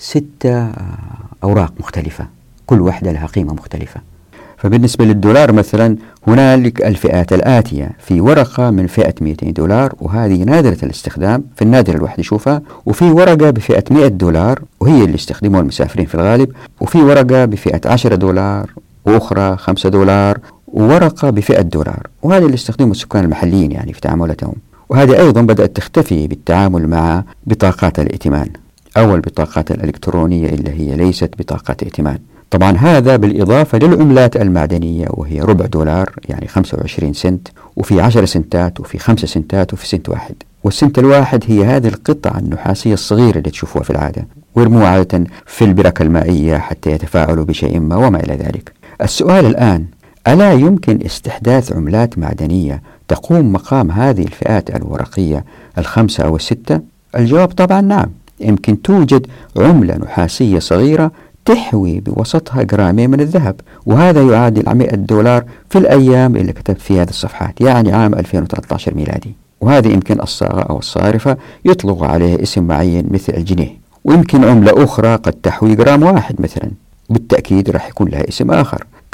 6 أوراق مختلفة، كل واحدة لها قيمة مختلفة. فبالنسبة للدولار مثلا هنالك الفئات الآتية: في ورقة من فئة 200 دولار وهذه نادرة الاستخدام، في النادر الواحد يشوفها، وفي ورقة بفئة 100 دولار وهي اللي يستخدموها المسافرين في الغالب، وفي ورقة بفئة 10 دولار وأخرى 5 دولار وورقة بفئة دولار، وهذه اللي يستخدمها السكان المحليين يعني في تعاملاتهم. وهذه أيضا بدأت تختفي بالتعامل مع بطاقات الائتمان أو البطاقات الإلكترونية اللي هي ليست بطاقات ائتمان. طبعا هذا بالإضافة للعملات المعدنية وهي ربع دولار يعني 25 سنت، وفي 10 سنتات وفي 5 سنتات وفي سنت واحد. والسنت الواحد هي هذه القطعة النحاسية الصغيرة اللي تشوفوها في العادة، ويرموها عادة في البركة المائية حتى يتفاعلوا بشيء ما وما إلى ذلك. السؤال الآن: ألا يمكن استحداث عملات معدنية تقوم مقام هذه الفئات الورقية 5 أو 6؟ الجواب طبعا نعم. يمكن توجد عملة نحاسية صغيرة تحوي بوسطها جرامين من الذهب، وهذا يعادل 100 دولار في الأيام اللي كتبت فيها هذه الصفحات، يعني عام 2013 ميلادي. وهذا يمكن الصاغة أو الصارفة يطلق عليه اسم معين مثل الجنيه. ويمكن عملة أخرى قد تحوي جرام واحد مثلا، بالتأكيد راح يكون لها اسم آخر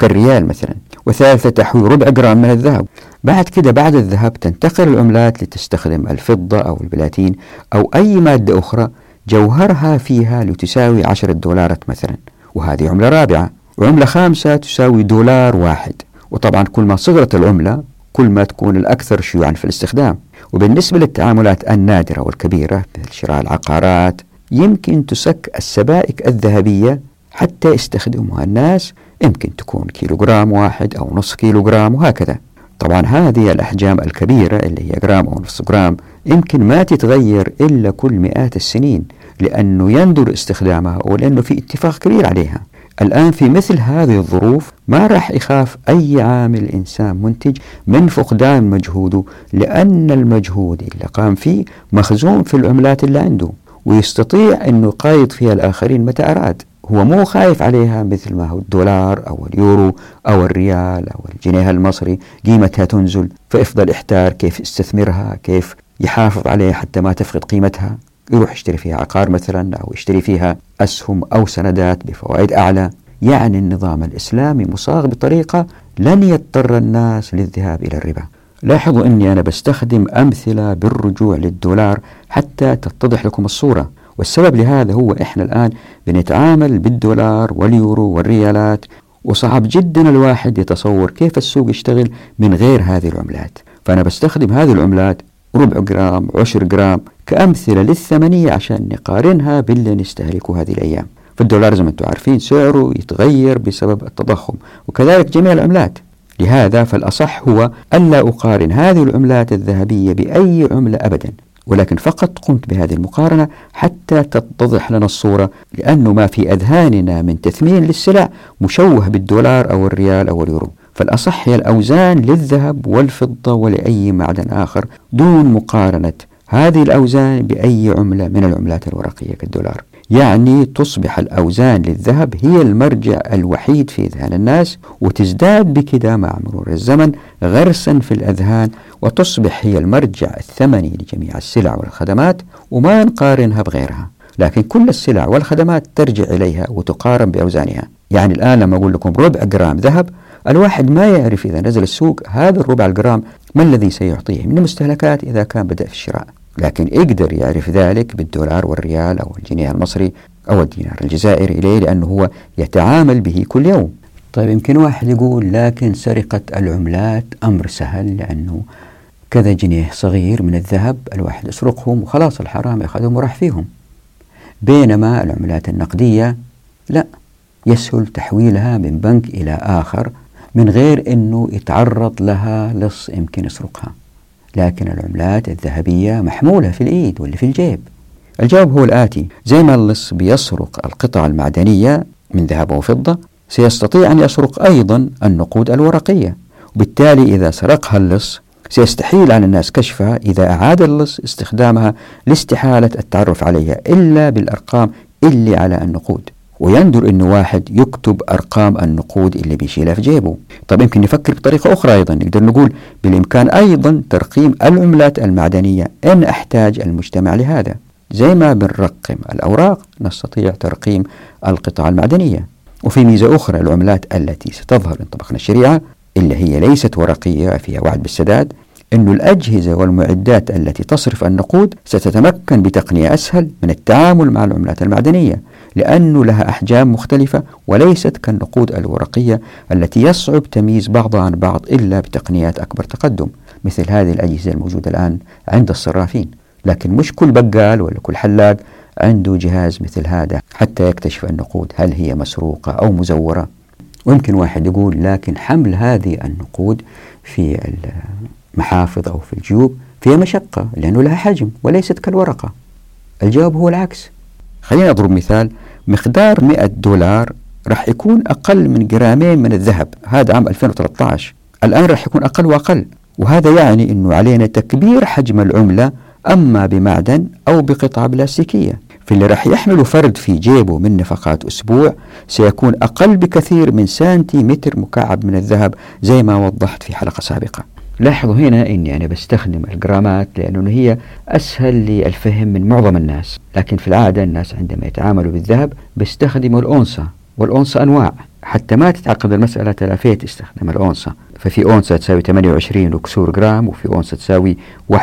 كالريال مثلا، وثالثة تحوي ربع جرام من الذهب. بعد كده بعد الذهب تنتقل العملات لتستخدم الفضة أو البلاتين أو أي مادة أخرى جوهرها فيها لتساوي 10 دولارات مثلا، وهذه عملة رابعة. وعملة خامسة تساوي دولار واحد. وطبعا كل ما صغرت العملة كل ما تكون الأكثر شيوعا في الاستخدام. وبالنسبة للتعاملات النادرة والكبيرة مثل شراء العقارات يمكن تسك السبائك الذهبية حتى يستخدمها الناس، يمكن تكون كيلوغرام واحد أو نصف كيلوغرام وهكذا. طبعا هذه الأحجام الكبيرة اللي هي جرام أو نصف جرام يمكن ما تتغير إلا كل مئات السنين، لأنه يندر استخدامها ولأنه في اتفاق كبير عليها. الآن في مثل هذه الظروف ما راح يخاف أي عامل إنسان منتج من فقدان مجهوده، لأن المجهود اللي قام فيه مخزون في العملات اللي عنده، ويستطيع أنه يقايض فيها الآخرين متى أراد. هو مو خايف عليها مثل ما هو الدولار أو اليورو أو الريال أو الجنيه المصري قيمتها تنزل فيفضل يحتار كيف يستثمرها، كيف يحافظ عليها حتى ما تفقد قيمتها، يروح يشتري فيها عقار مثلا أو يشتري فيها أسهم أو سندات بفوائد أعلى. يعني النظام الإسلامي مصاغ بطريقة لن يضطر الناس للذهاب إلى الربا. لاحظوا أني أنا بستخدم أمثلة بالرجوع للدولار حتى تتضح لكم الصورة، والسبب لهذا هو إحنا الآن بنتعامل بالدولار واليورو والريالات، وصعب جدا الواحد يتصور كيف السوق يشتغل من غير هذه العملات. فأنا بستخدم هذه العملات ربع جرام وعشر جرام كأمثلة للثمنية عشان نقارنها باللي نستهلكه هذه الأيام. فالدولار زي ما أنتم عارفين سعره يتغير بسبب التضخم، وكذلك جميع العملات. لهذا فالأصح هو ألا أقارن هذه العملات الذهبية بأي عملة أبدا، ولكن فقط قمت بهذه المقارنة حتى تتضح لنا الصورة، لأنه ما في أذهاننا من تثمين للسلع مشوه بالدولار أو الريال أو اليورو. فالأصح هي الأوزان للذهب والفضة ولأي معدن آخر دون مقارنة هذه الأوزان بأي عملة من العملات الورقية كالدولار. يعني تصبح الأوزان للذهب هي المرجع الوحيد في أذهان الناس، وتزداد بكده مع مرور الزمن غرسا في الأذهان، وتصبح هي المرجع الثمني لجميع السلع والخدمات، وما نقارنها بغيرها. لكن كل السلع والخدمات ترجع إليها وتقارن بأوزانها. يعني الآن لما أقول لكم ربع جرام ذهب، الواحد ما يعرف إذا نزل السوق هذا الربع الجرام ما الذي سيعطيه من المستهلكات إذا كان بدأ في الشراء، لكن يقدر يعرف ذلك بالدولار والريال أو الجنيه المصري أو الدينار الجزائري إليه، لأنه هو يتعامل به كل يوم. طيب يمكن واحد يقول لكن سرقة العملات أمر سهل، لأنه كذا جنيه صغير من الذهب الواحد يسرقهم وخلاص الحرام يأخذهم وراح فيهم، بينما العملات النقدية لا، يسهل تحويلها من بنك إلى آخر من غير أنه يتعرض لها لص يمكن يسرقها. لكن العملات الذهبية محمولة في الإيد واللي في الجيب. الجواب هو الآتي: زي ما اللص بيسرق القطع المعدنية من ذهب وفضة، سيستطيع أن يسرق أيضا النقود الورقية، وبالتالي إذا سرقها اللص سيستحيل على الناس كشفها إذا أعاد اللص استخدامها لاستحالة التعرف عليها إلا بالأرقام اللي على النقود. ويندر أنه واحد يكتب أرقام النقود اللي بيشيلها في جيبه. طب يمكن نفكر بطريقة أخرى أيضا، نقدر نقول بالإمكان أيضا ترقيم العملات المعدنية إن احتاج المجتمع لهذا. زي ما بنرقم الأوراق نستطيع ترقيم القطع المعدنية. وفي ميزة أخرى، العملات التي ستظهر إن طبقنا الشريعة اللي هي ليست ورقية فيها وعد بالسداد، أن الأجهزة والمعدات التي تصرف النقود ستتمكن بتقنية أسهل من التعامل مع العملات المعدنية، لأنه لها أحجام مختلفة وليست كالنقود الورقية التي يصعب تمييز بعضها عن بعض إلا بتقنيات أكبر تقدم، مثل هذه الأجهزة الموجودة الآن عند الصرافين. لكن مش كل بقال ولا كل حلاق عنده جهاز مثل هذا حتى يكتشف النقود هل هي مسروقة أو مزورة. ويمكن واحد يقول لكن حمل هذه النقود في المحافظ أو في الجيوب فيها مشقة لأنه لها حجم وليست كالورقة. الجواب هو العكس. خلينا أضرب مثال: مقدار 100 دولار راح يكون أقل من جرامين من الذهب، هذا عام 2013. الآن راح يكون أقل وأقل، وهذا يعني أنه علينا تكبير حجم العملة أما بمعدن أو بقطعة بلاستيكية. فاللي راح يحمله فرد في جيبه من نفقات أسبوع سيكون أقل بكثير من سنتيمتر مكعب من الذهب، زي ما وضحت في حلقة سابقة. لاحظوا هنا أني أنا بستخدم الجرامات لأنه هي أسهل للفهم من معظم الناس، لكن في العادة الناس عندما يتعاملوا بالذهب بيستخدموا الأونصة، والأونصة أنواع، حتى ما تتعقد المسألة تلافية استخدام الأونصة، ففي أونصة تساوي 28 وكسور جرام، وفي أونصة تساوي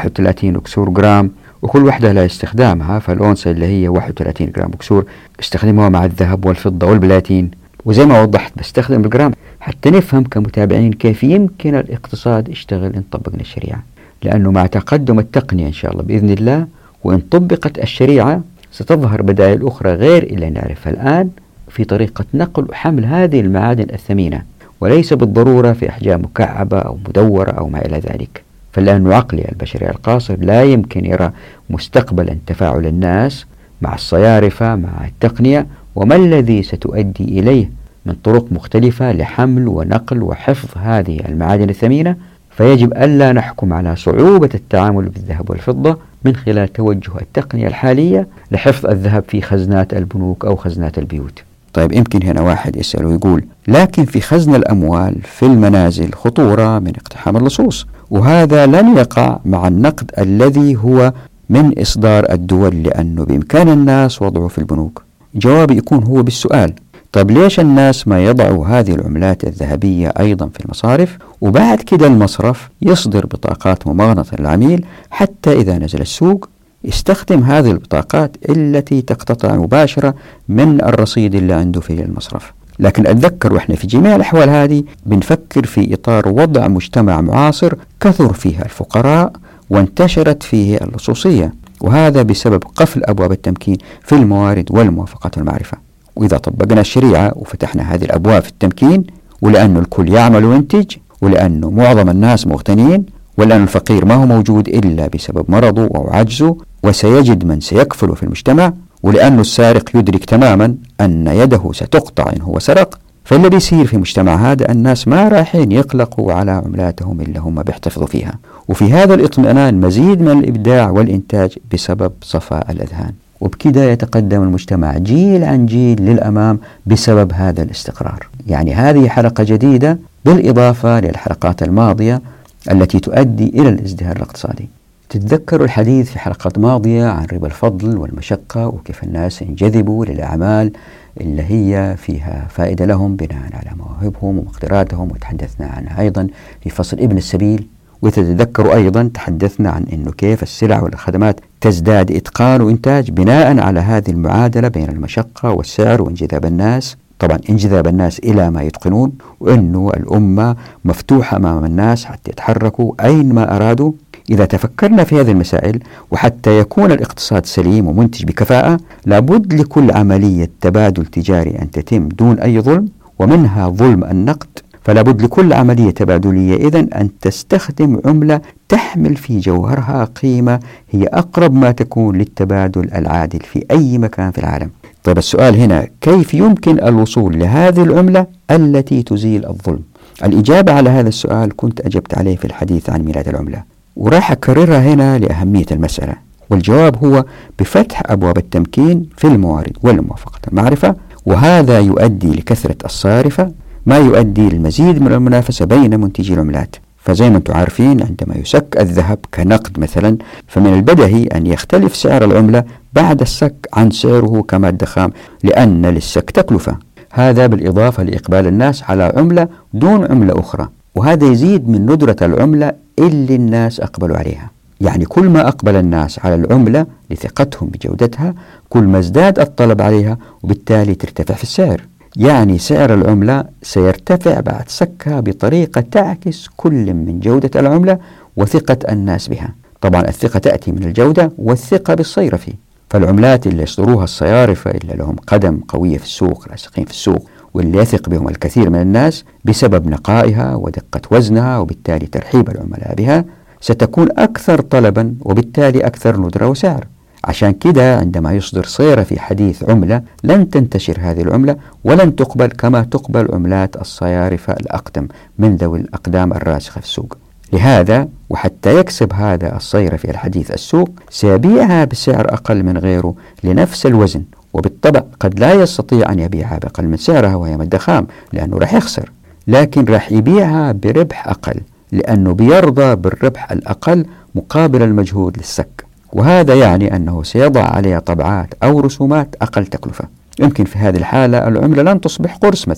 31 وكسور جرام، وكل واحدة لها استخدامها. فالأونصة اللي هي 31 جرام وكسور استخدموها مع الذهب والفضة والبلاتين، وزي ما وضحت بستخدم الجرام حتى نفهم كمتابعين كيف يمكن الاقتصاد يشتغل إن طبقنا الشريعة، لأنه مع تقدم التقنية إن شاء الله بإذن الله وإن طبقت الشريعة ستظهر بدائل أخرى غير اللي نعرفها الآن في طريقة نقل وحمل هذه المعادن الثمينة، وليس بالضرورة في أحجام مكعبة أو مدورة أو ما إلى ذلك. فلأن عقلي البشري القاصر لا يمكن يرى مستقبلا تفاعل الناس مع الصيارفة مع التقنية وما الذي ستؤدي إليه من طرق مختلفة لحمل ونقل وحفظ هذه المعادن الثمينة. فيجب ألا نحكم على صعوبة التعامل بالذهب والفضة من خلال توجه التقنية الحالية لحفظ الذهب في خزنات البنوك أو خزنات البيوت. طيب يمكن هنا واحد يسأل ويقول لكن في خزن الأموال في المنازل خطورة من اقتحام اللصوص، وهذا لن يقع مع النقد الذي هو من إصدار الدول لأنه بإمكان الناس وضعه في البنوك. جوابي يكون هو بالسؤال طيب ليش الناس ما يضعوا هذه العملات الذهبية أيضا في المصارف، وبعد كده المصرف يصدر بطاقات ممغنطة للعميل حتى إذا نزل السوق يستخدم هذه البطاقات التي تقتطع مباشرة من الرصيد اللي عنده في المصرف. لكن أتذكر وإحنا في جميع الأحوال هذه بنفكر في إطار وضع مجتمع معاصر كثر فيه الفقراء وانتشرت فيه اللصوصية، وهذا بسبب قفل أبواب التمكين في الموارد والموافقات والمعرفة. وإذا طبقنا الشريعة وفتحنا هذه الأبواب في التمكين، ولأنه الكل يعمل وينتج، ولأنه معظم الناس مغتنين، ولأن الفقير ما هو موجود إلا بسبب مرضه أو عجزه وسيجد من سيكفله في المجتمع، ولأنه السارق يدرك تماما أن يده ستقطع إن هو سرق، فاللي بيصير في مجتمع هذا الناس ما رايحين يقلقوا على عملاتهم اللي هم بيحتفظوا فيها. وفي هذا الاطمئنان مزيد من الإبداع والإنتاج بسبب صفاء الأذهان، وبكده يتقدم المجتمع جيل عن جيل للأمام بسبب هذا الاستقرار. يعني هذه حلقة جديدة بالإضافة للحلقات الماضية التي تؤدي إلى الازدهار الاقتصادي. تتذكروا الحديث في حلقات ماضية عن ربا الفضل والمشقة وكيف الناس انجذبوا للأعمال اللي هي فيها فائدة لهم بناء على مواهبهم ومقدراتهم، وتحدثنا عنها أيضا في فصل ابن السبيل. وتتذكروا أيضا تحدثنا عن أنه كيف السلع والخدمات تزداد إتقان وإنتاج بناء على هذه المعادلة بين المشقة والسعر وانجذاب الناس، طبعا انجذاب الناس إلى ما يتقنون، وأنه الأمة مفتوحة أمام الناس حتى يتحركوا أين ما أرادوا. إذا تفكرنا في هذه المسائل وحتى يكون الاقتصاد سليم ومنتج بكفاءة، لابد لكل عملية تبادل تجاري أن تتم دون أي ظلم، ومنها ظلم النقد. فلا بد لكل عملية تبادلية إذن أن تستخدم عملة تحمل في جوهرها قيمة هي أقرب ما تكون للتبادل العادل في أي مكان في العالم. طيب السؤال هنا كيف يمكن الوصول لهذه العملة التي تزيل الظلم؟ الإجابة على هذا السؤال كنت أجبت عليه في الحديث عن ميلاد العملة، وراح أكررها هنا لأهمية المسألة. والجواب هو بفتح أبواب التمكين في الموارد والموافقة المعرفة، وهذا يؤدي لكثرة الصارفة ما يؤدي للمزيد من المنافسة بين منتجي العملات. فزي ما انتم عارفين عندما يسك الذهب كنقد مثلا، فمن البديهي أن يختلف سعر العملة بعد السك عن سعره كمادة خام، لأن للسك تكلفة. هذا بالإضافة لإقبال الناس على عملة دون عملة أخرى، وهذا يزيد من ندرة العملة اللي الناس أقبلوا عليها. يعني كل ما أقبل الناس على العملة لثقتهم بجودتها، كل ما ازداد الطلب عليها وبالتالي ترتفع في السعر. يعني سعر العملة سيرتفع بعد سكها بطريقة تعكس كل من جودة العملة وثقة الناس بها. طبعا الثقة تأتي من الجودة والثقة بالصيرفي. فالعملات اللي يصدروها الصيارفة اللي لهم قدم قوية في السوق، راسخين في السوق، واللي يثق بهم الكثير من الناس بسبب نقائها ودقة وزنها وبالتالي ترحيب العملاء بها، ستكون أكثر طلبا وبالتالي أكثر ندرة وسعر. عشان كده عندما يصدر صيرفي حديث عملة لن تنتشر هذه العملة ولن تقبل كما تقبل عملات الصيارفة الأقدم من ذوي الأقدام الراسخة في السوق. لهذا وحتى يكسب هذا الصيرفي الحديث السوق سيبيعها بسعر أقل من غيره لنفس الوزن، وبالطبع قد لا يستطيع أن يبيعها بأقل من سعرها وهي مادة خام لأنه راح يخسر، لكن راح يبيعها بربح أقل لأنه بيرضى بالربح الأقل مقابل المجهود للسك. وهذا يعني أنه سيضع عليها طبعات أو رسومات أقل تكلفة. يمكن في هذه الحالة العملة لن تصبح قرص مثلا،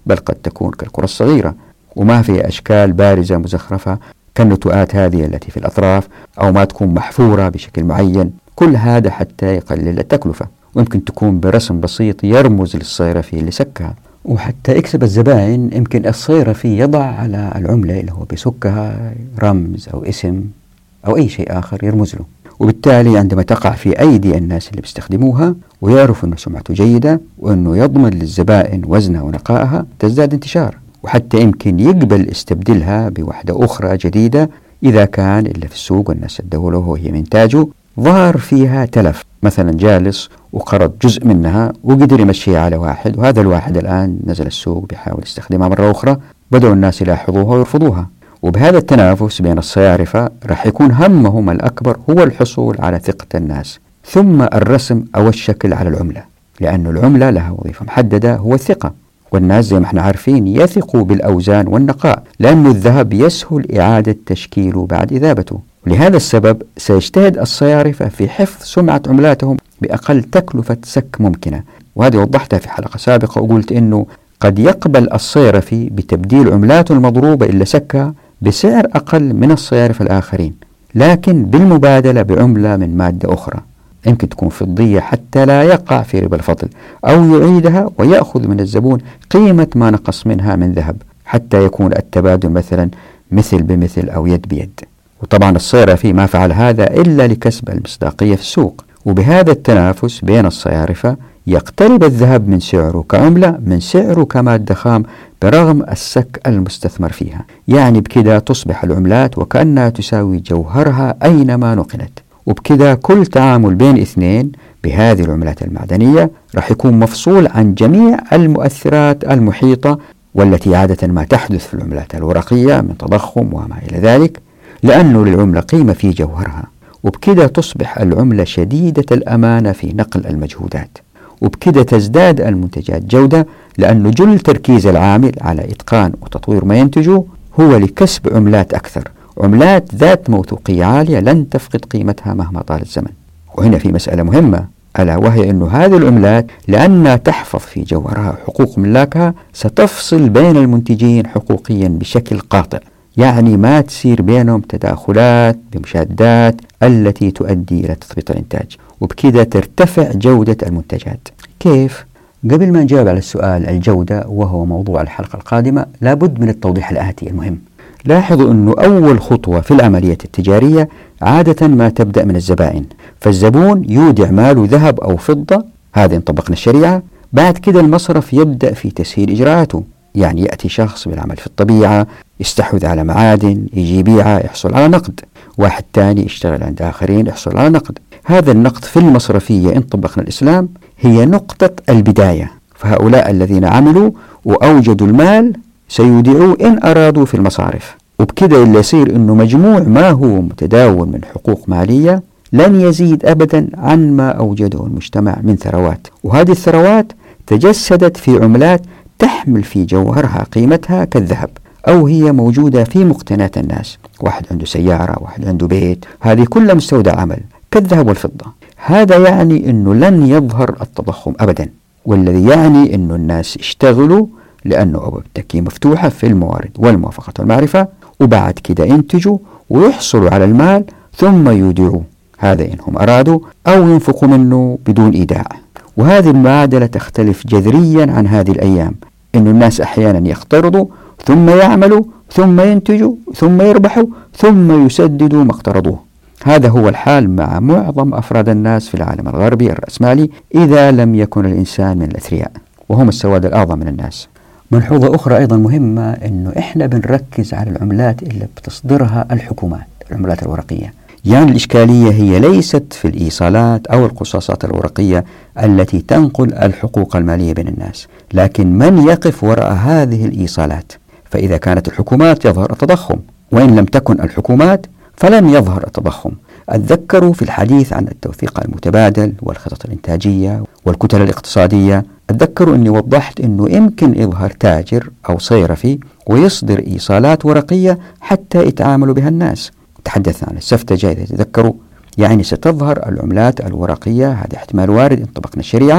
بل قد تكون كالكرة الصغيرة وما فيها أشكال بارزة مزخرفة كالنتوءات هذه التي في الأطراف، أو ما تكون محفورة بشكل معين. كل هذا حتى يقلل التكلفة، ويمكن تكون برسم بسيط يرمز للصيرفي اللي سكها. وحتى يكسب الزبائن يمكن الصيرفي يضع على العملة اللي هو بيسكها رمز أو اسم أو أي شيء آخر يرمز له، وبالتالي عندما تقع في أيدي الناس اللي بيستخدموها ويعرفوا أنه سمعته جيدة وأنه يضمن للزبائن وزنها ونقائها تزداد انتشار، وحتى يمكن يقبل استبدلها بوحدة أخرى جديدة إذا كان اللي في السوق والناس ادوا له وهي من إنتاجه ظهر فيها تلف، مثلا جالس وقرض جزء منها وقدر يمشيها على واحد، وهذا الواحد الآن نزل السوق بيحاول يستخدمها مرة أخرى، بدأوا الناس يلاحظوها ويرفضوها. وبهذا التنافس بين الصيارفة راح يكون همهم الأكبر هو الحصول على ثقة الناس، ثم الرسم أو الشكل على العملة، لأن العملة لها وظيفة محددة هو الثقة، والناس زي ما احنا عارفين يثقوا بالأوزان والنقاء، لأن الذهب يسهل إعادة تشكيله بعد إذابته. ولهذا السبب سيجتهد الصيارفة في حفظ سمعة عملاتهم بأقل تكلفة سك ممكنة، وهذه وضحتها في حلقة سابقة وقلت إنه قد يقبل الصيرفي بتبديل عملاته المضروبة إلا سكها بسعر أقل من الصيارفة الآخرين، لكن بالمبادلة بعملة من مادة أخرى يمكن تكون فضية حتى لا يقع في ربا الفضل، أو يعيدها ويأخذ من الزبون قيمة ما نقص منها من ذهب حتى يكون التبادل مثلا مثل بمثل أو يد بيد. وطبعا الصيرفي ما فعل هذا إلا لكسب المصداقية في السوق، وبهذا التنافس بين الصيارفة يقترب الذهب من سعره كعملة من سعره كمادة خام برغم السك المستثمر فيها، يعني بكذا تصبح العملات وكأنها تساوي جوهرها أينما نقلت. وبكذا كل تعامل بين اثنين بهذه العملات المعدنية راح يكون مفصول عن جميع المؤثرات المحيطة والتي عادة ما تحدث في العملات الورقية من تضخم وما إلى ذلك، لأنه للعملة قيمة في جوهرها. وبكذا تصبح العملة شديدة الأمانة في نقل المجهودات، وبكذا تزداد المنتجات جودة، لأنه جل تركيز العامل على إتقان وتطوير ما ينتجه هو لكسب عملات أكثر، عملات ذات موثوقية عالية لن تفقد قيمتها مهما طال الزمن. وهنا في مسألة مهمة، ألا وهي أن هذه العملات لأنها تحفظ في جوهرها حقوق ملاكها ستفصل بين المنتجين حقوقيا بشكل قاطع، يعني ما تصير بينهم تداخلات بمشادات التي تؤدي إلى تثبيط الإنتاج، وبكذا ترتفع جودة المنتجات. كيف؟ قبل ما نجاوب على السؤال الجودة وهو موضوع الحلقة القادمة لابد من التوضيح الآتي المهم. لاحظوا أنه أول خطوة في العملية التجارية عادة ما تبدأ من الزبائن، فالزبون يودع ماله ذهب أو فضة، هذا إن طبقنا الشريعة. بعد كده المصرف يبدأ في تسهيل إجراءاته، يعني يأتي شخص بالعمل في الطبيعة يستحوذ على معادن يجي يبيعها يحصل على نقد، واحد تاني يشتغل عند آخرين يحصل على نقد. هذا النقد في المصرفية إن طبقنا الإسلام هي نقطة البداية، فهؤلاء الذين عملوا وأوجدوا المال سيودعوه إن أرادوا في المصارف، وبكذا اللي يصير أنه مجموع ما هو متداول من حقوق مالية لن يزيد أبدا عن ما أوجده المجتمع من ثروات، وهذه الثروات تجسدت في عملات تحمل في جوهرها قيمتها كالذهب، أو هي موجودة في مقتنيات الناس، واحد عنده سيارة، واحد عنده بيت، هذه كلها مستودع عمل كالذهب والفضة. هذا يعني أنه لن يظهر التضخم أبدا، والذي يعني أنه الناس يشتغلوا لأنه أبواب التكييف مفتوحة في الموارد والموافقة والمعرفة، وبعد كده ينتجوا ويحصلوا على المال ثم يودعوه، هذا إنهم أرادوا، أو ينفقوا منه بدون إيداع. وهذه المعادلة تختلف جذريا عن هذه الأيام، إنه الناس أحيانا يقترضوا ثم يعملوا ثم ينتجوا ثم يربحوا ثم يسددوا ما اقترضوه. هذا هو الحال مع معظم أفراد الناس في العالم الغربي الرأسمالي إذا لم يكن الإنسان من الأثرياء، وهم السواد الأعظم من الناس. ملحوظة أخرى أيضا مهمة، أنه إحنا بنركز على العملات اللي بتصدرها الحكومات، العملات الورقية، يعني الإشكالية هي ليست في الإيصالات أو القصاصات الورقية التي تنقل الحقوق المالية بين الناس، لكن من يقف وراء هذه الإيصالات. فإذا كانت الحكومات يظهر التضخم، وإن لم تكن الحكومات فلن يظهر التضخم. أتذكروا في الحديث عن التوثيق المتبادل والخطط الإنتاجية والكتل الاقتصادية، أتذكروا أني وضحت أنه يمكن يظهر تاجر أو صيرفي ويصدر إيصالات ورقية حتى يتعاملوا بها الناس. تحدثنا عن السفتجة إذا تذكروا، يعني ستظهر العملات الورقية، هذا احتمال وارد إن طبقنا الشريعة،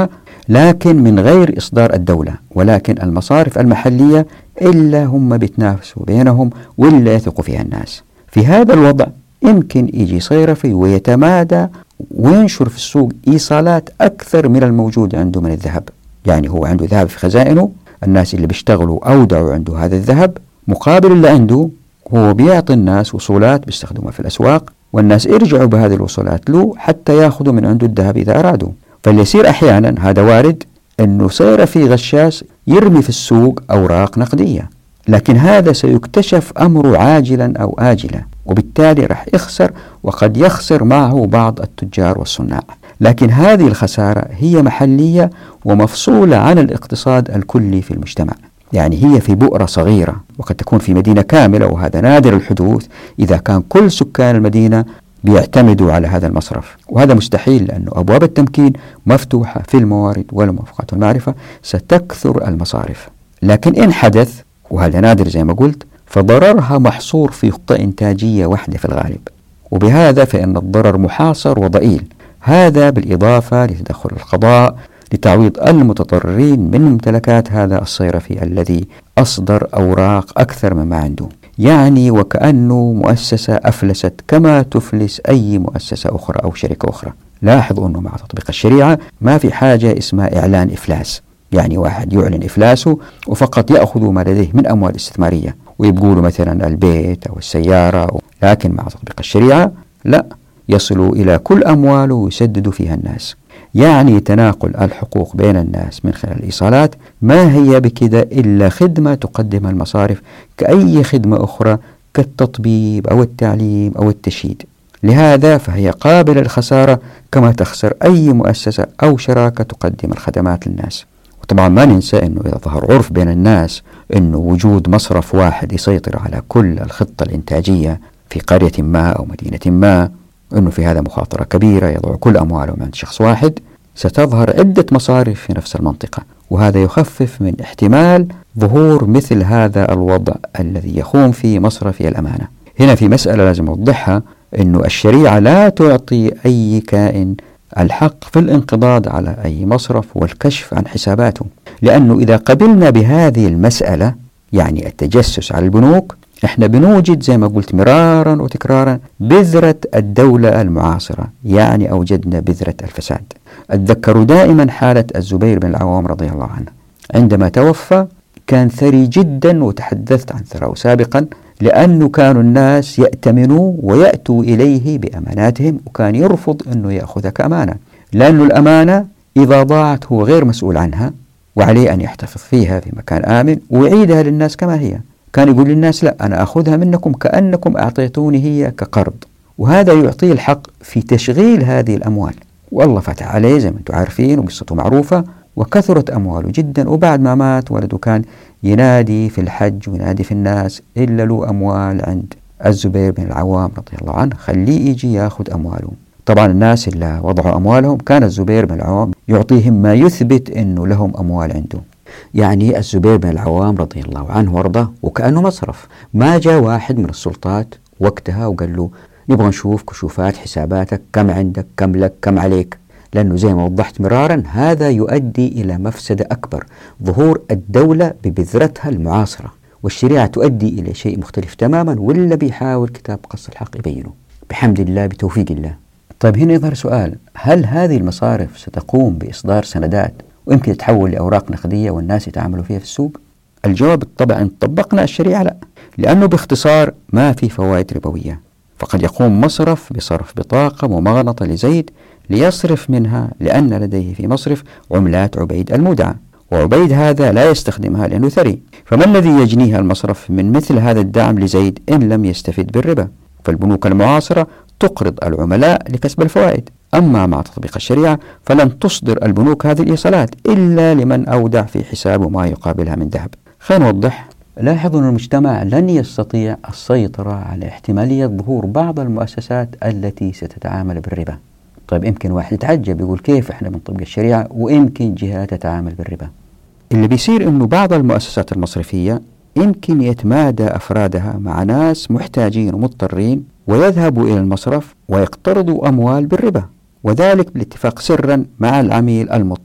لكن من غير إصدار الدولة، ولكن المصارف المحلية إلا هم بيتنافسوا بينهم ولا يثقوا فيها الناس. في هذا الوضع يمكن يجي صيرفي ويتمادى وينشر في السوق إيصالات أكثر من الموجود عنده من الذهب. يعني هو عنده ذهب في خزائنه، الناس اللي بيشتغلوا أودعوا عنده هذا الذهب، مقابل اللي عنده هو بيعطي الناس وصولات بيستخدموها في الأسواق، والناس يرجعوا بهذه الوصولات له حتى ياخذوا من عنده الذهب إذا أرادوا. فاللي يصير أحيانا هذا وارد أنه صيرفي غشاش يرمي في السوق أوراق نقدية، لكن هذا سيكتشف أمره عاجلا أو آجلا، وبالتالي راح يخسر، وقد يخسر معه بعض التجار والصناع. لكن هذه الخسارة هي محلية ومفصولة عن الاقتصاد الكلي في المجتمع. يعني هي في بؤرة صغيرة، وقد تكون في مدينة كاملة، وهذا نادر الحدوث إذا كان كل سكان المدينة بيعتمدوا على هذا المصرف، وهذا مستحيل لأنه أبواب التمكين مفتوحة في الموارد والموافقات والمعرفة، ستكثر المصارف. لكن إن حدث، وهذا نادر زي ما قلت، فضررها محصور في خطة إنتاجية واحدة في الغالب، وبهذا فإن الضرر محاصر وضئيل. هذا بالإضافة لتدخل القضاء لتعويض المتضررين من ممتلكات هذا الصيرفي الذي أصدر أوراق أكثر مما عنده. يعني وكأنه مؤسسة أفلست كما تفلس أي مؤسسة أخرى أو شركة أخرى. لاحظوا أنه مع تطبيق الشريعة ما في حاجة اسمها إعلان إفلاس، يعني واحد يعلن إفلاسه وفقط يأخذ ما لديه من أموال استثمارية ويبقوا له مثلا البيت أو السيارة، لكن مع تطبيق الشريعة لا، يصلوا إلى كل أمواله ويسددوا فيها الناس. يعني تناقل الحقوق بين الناس من خلال الإيصالات ما هي بكده إلا خدمة تقدمها المصارف كأي خدمة أخرى كالتطبيب أو التعليم أو التشييد. لهذا فهي قابلة للخسارة كما تخسر أي مؤسسة أو شراكة تقدم الخدمات للناس. وطبعا ما ننسى أنه إذا ظهر عرف بين الناس أنه وجود مصرف واحد يسيطر على كل الخطة الإنتاجية في قرية ما أو مدينة ما، أنه في هذا مخاطرة كبيرة يضع كل أموالهم عند شخص واحد، ستظهر عدة مصارف في نفس المنطقة، وهذا يخفف من احتمال ظهور مثل هذا الوضع الذي يخوم فيه مصرفي الأمانة. هنا في مسألة لازم أوضحها، أنه الشريعة لا تعطي أي كائن الحق في الانقضاض على أي مصرف والكشف عن حساباته، لأنه إذا قبلنا بهذه المسألة يعني التجسس على البنوك، احنا بنوجد زي ما قلت مرارا وتكرارا بذرة الدولة المعاصرة، يعني أوجدنا بذرة الفساد. أتذكروا دائما حالة الزبير بن العوام رضي الله عنه عندما توفى، كان ثري جدا، وتحدثت عن ثراء سابقا، لأنه كانوا الناس يأتمنوا ويأتوا إليه بأماناتهم، وكان يرفض أنه يأخذها كأمانة، لأنه الأمانة إذا ضاعت هو غير مسؤول عنها، وعليه أن يحتفظ فيها في مكان آمن ويعيدها للناس كما هي. كان يقول للناس لا، أنا أخذها منكم كأنكم أعطيتوني هي كقرض، وهذا يعطيه الحق في تشغيل هذه الأموال. والله فتح عليه زي ما أنتم عارفين وقصته معروفة، وكثرت أمواله جدا، وبعد ما مات ولده كان ينادي في الحج وينادي في الناس إلا له أموال عند الزبير بن العوام رضي الله عنه، خليه يجي ياخذ أمواله. طبعا الناس اللي وضعوا أموالهم كان الزبير بن العوام يعطيهم ما يثبت أنه لهم أموال عنده. يعني الزبير بن العوام رضي الله عنه وارضاه وكأنه مصرف، ما جاء واحد من السلطات وقتها وقال له نبغى نشوف كشوفات حساباتك، كم عندك، كم لك، كم عليك، لأنه زي ما وضحت مرارا هذا يؤدي إلى مفسدة أكبر، ظهور الدولة ببذرتها المعاصرة، والشريعة تؤدي إلى شيء مختلف تماما، ولا بيحاول كتاب قص الحق يبينه بحمد الله بتوفيق الله. طيب هنا يظهر سؤال، هل هذه المصارف ستقوم بإصدار سندات ويمكن تتحول لأوراق نقدية والناس يتعاملوا فيها في السوق؟ الجواب بالطبع إن طبقنا الشريعة لا، لأنه باختصار ما في فوائد ربوية. فقد يقوم مصرف بصرف بطاقة ممغنطة لزيد ليصرف منها، لأن لديه في مصرف عملات عبيد المودعة، وعبيد هذا لا يستخدمها لأنه ثري، فما الذي يجنيها المصرف من مثل هذا الدعم لزيد إن لم يستفد بالربا؟ فالبنوك المعاصرة تقرض العملاء لكسب الفوائد. أما مع تطبيق الشريعة فلن تصدر البنوك هذه الإيصالات إلا لمن أودع في حسابه ما يقابلها من ذهب. خلينا نوضح. لاحظوا أن المجتمع لن يستطيع السيطرة على احتمالية ظهور بعض المؤسسات التي ستتعامل بالربا. طيب يمكن واحد يتعجب يقول كيف احنا بنطبق الشريعة ويمكن جهات تتعامل بالربا؟ اللي بيصير أنه بعض المؤسسات المصرفية يمكن يتمادى أفرادها مع ناس محتاجين ومضطرين ويذهبوا إلى المصرف ويقترضوا أموال بالربا، وذلك بالاتفاق سرا مع العميل المضطر،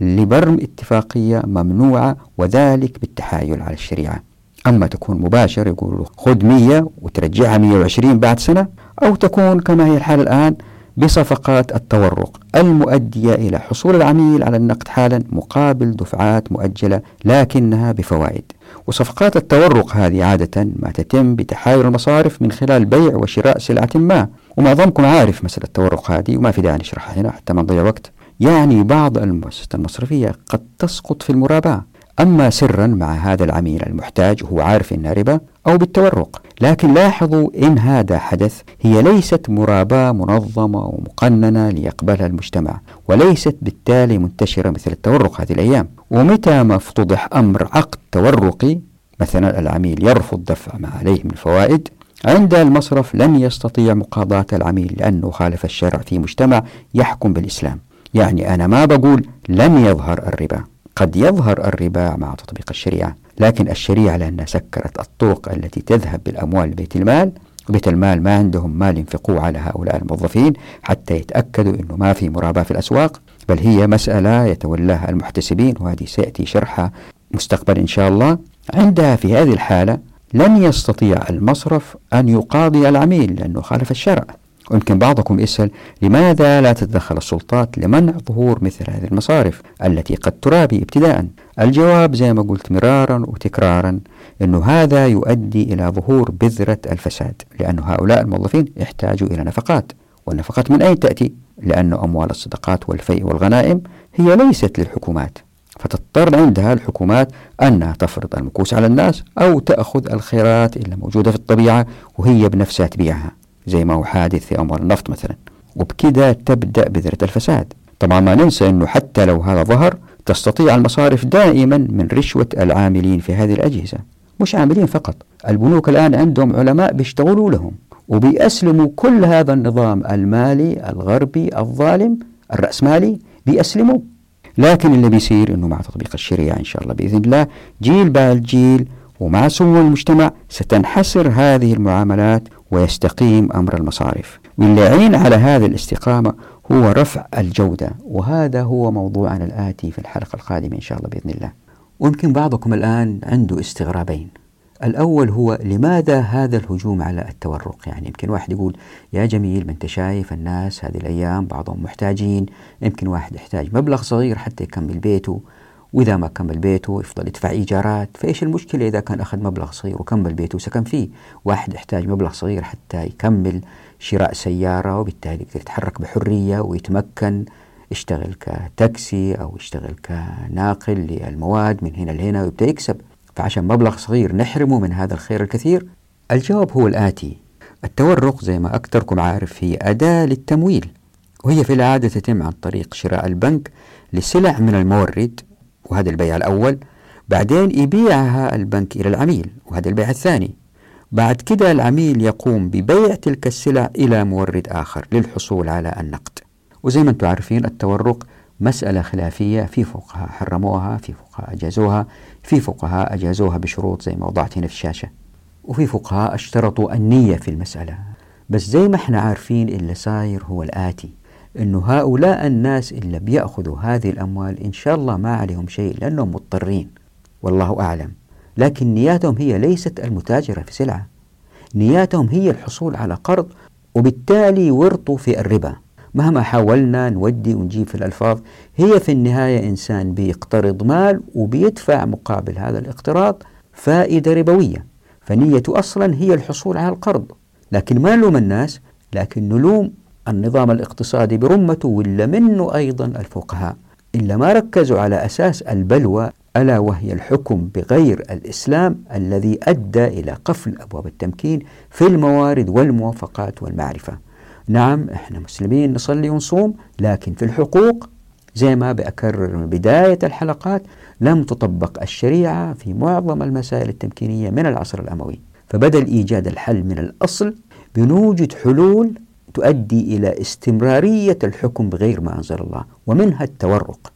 لبرم اتفاقية ممنوعة، وذلك بالتحايل على الشريعة. أما تكون مباشر يقولوا خذ 100 وترجعها 120 بعد سنة، أو تكون كما هي الحال الآن بصفقات التورق المؤدية إلى حصول العميل على النقد حالا مقابل دفعات مؤجلة لكنها بفوائد. وصفقات التورق هذه عادة ما تتم بتحايل المصارف من خلال بيع وشراء سلعة ما، ومعظمكم عارف مسألة التورق هذه وما في داعي نشرحها هنا حتى ما نضيع وقت. يعني بعض المؤسسات المصرفية قد تسقط في المرابعة، أما سرا مع هذا العميل المحتاج وهو عارف إنها ربا أو بالتورق. لكن لاحظوا إن هذا حدث هي ليست مراباة منظمة ومقننة ليقبلها المجتمع، وليست بالتالي منتشرة مثل التورق هذه الأيام. ومتى ما افتضح أمر عقد تورقي، مثلا العميل يرفض دفع ما عليه من فوائد، عند المصرف لن يستطيع مقاضاة العميل لأنه خالف الشرع في مجتمع يحكم بالإسلام. يعني أنا ما بقول لن يظهر الربا، قد يظهر الربا مع تطبيق الشريعة، لكن الشريعة لأنها سكرت الطرق التي تذهب بالأموال لبيت المال، وبيت المال ما عندهم مال ينفقوه على هؤلاء الموظفين حتى يتأكدوا أنه ما في مراباة في الأسواق، بل هي مسألة يتولاها المحتسبين، وهذه سيأتي شرحها مستقبل إن شاء الله. عندها في هذه الحالة لن يستطيع المصرف أن يقاضي العميل لأنه خالف الشرع. ويمكن بعضكم يسأل لماذا لا تتدخل السلطات لمنع ظهور مثل هذه المصارف التي قد ترابي ابتداء؟ الجواب زي ما قلت مرارا وتكرارا أنه هذا يؤدي إلى ظهور بذرة الفساد، لأن هؤلاء الموظفين يحتاجوا إلى نفقات، والنفقات من أين تأتي؟ لأن أموال الصدقات والفيء والغنائم هي ليست للحكومات، فتضطر عندها الحكومات أنها تفرض المكوس على الناس أو تأخذ الخيرات اللي موجودة في الطبيعة وهي بنفسها تبيعها، زي ما هو حادث في أموال النفط مثلا، وبكذا تبدأ بذرة الفساد. طبعا ما ننسى أنه حتى لو هذا ظهر تستطيع المصارف دائما من رشوة العاملين في هذه الأجهزة، مش عاملين فقط، البنوك الآن عندهم علماء بيشتغلوا لهم وبيأسلموا كل هذا النظام المالي الغربي الظالم الرأسمالي بيأسلموا. لكن اللي بيصير أنه مع تطبيق الشريعة إن شاء الله بإذن الله جيل بعد جيل ومع سمو المجتمع ستنحسر هذه المعاملات ويستقيم أمر المصارف، واللي يعين على هذه الاستقامة هو رفع الجودة، وهذا هو موضوعنا الآتي في الحلقة القادمة إن شاء الله بإذن الله. ويمكن بعضكم الآن عنده استغرابين. الأول هو لماذا هذا الهجوم على التورق؟ يعني يمكن واحد يقول يا جميل ما أنت شايف الناس هذه الأيام بعضهم محتاجين، يمكن واحد يحتاج مبلغ صغير حتى يكمل بيته، وإذا ما كمل بيته يفضل يدفع إيجارات، فإيش المشكلة إذا كان أخذ مبلغ صغير وكمل بيته وسكن فيه؟ واحد يحتاج مبلغ صغير حتى يكمل شراء سيارة وبالتالي يقدر يتحرك بحرية ويتمكن، يشتغل كتاكسي أو يشتغل كناقل للمواد من هنا لهنا ويبدأ يكسب، فعشان مبلغ صغير نحرمه من هذا الخير الكثير؟ الجواب هو الآتي: التورق زي ما أكثركم عارف هي أداة للتمويل، وهي في العادة تتم عن طريق شراء البنك لسلع من المورد، وهذا البيع الأول، بعدين يبيعها البنك إلى العميل، وهذا البيع الثاني، بعد كده العميل يقوم ببيع تلك السلع إلى مورد آخر للحصول على النقد. وزي ما أنتم عارفين التورق مسألة خلافية، في فقهاء حرموها، في فقهاء أجازوها، في فقهاء أجازوها بشروط زي ما وضعت هنا في الشاشة، وفي فقهاء اشترطوا النية في المسألة. بس زي ما احنا عارفين اللي صاير هو الآتي: إنه هؤلاء الناس اللي بيأخذوا هذه الأموال إن شاء الله ما عليهم شيء لأنهم مضطرين والله أعلم، لكن نياتهم هي ليست المتاجرة في سلعة، نياتهم هي الحصول على قرض، وبالتالي ورطوا في الربا. مهما حاولنا نودي ونجيب في الألفاظ، هي في النهاية إنسان بيقترض مال وبيدفع مقابل هذا الاقتراض فائدة ربوية، فنيته أصلا هي الحصول على القرض. لكن ما نلوم الناس، لكن نلوم النظام الاقتصادي برمته، ولا منه أيضا الفقهاء إلا ما ركزوا على أساس البلوى، ألا وهي الحكم بغير الإسلام الذي أدى إلى قفل أبواب التمكين في الموارد والموافقات والمعرفة. نعم إحنا مسلمين نصلي ونصوم، لكن في الحقوق زي ما بأكرر من بداية الحلقات لم تطبق الشريعة في معظم المسائل التمكينية من العصر الأموي، فبدل إيجاد الحل من الأصل بنوجد حلول تؤدي إلى استمرارية الحكم بغير ما أنزل الله، ومنها التورق.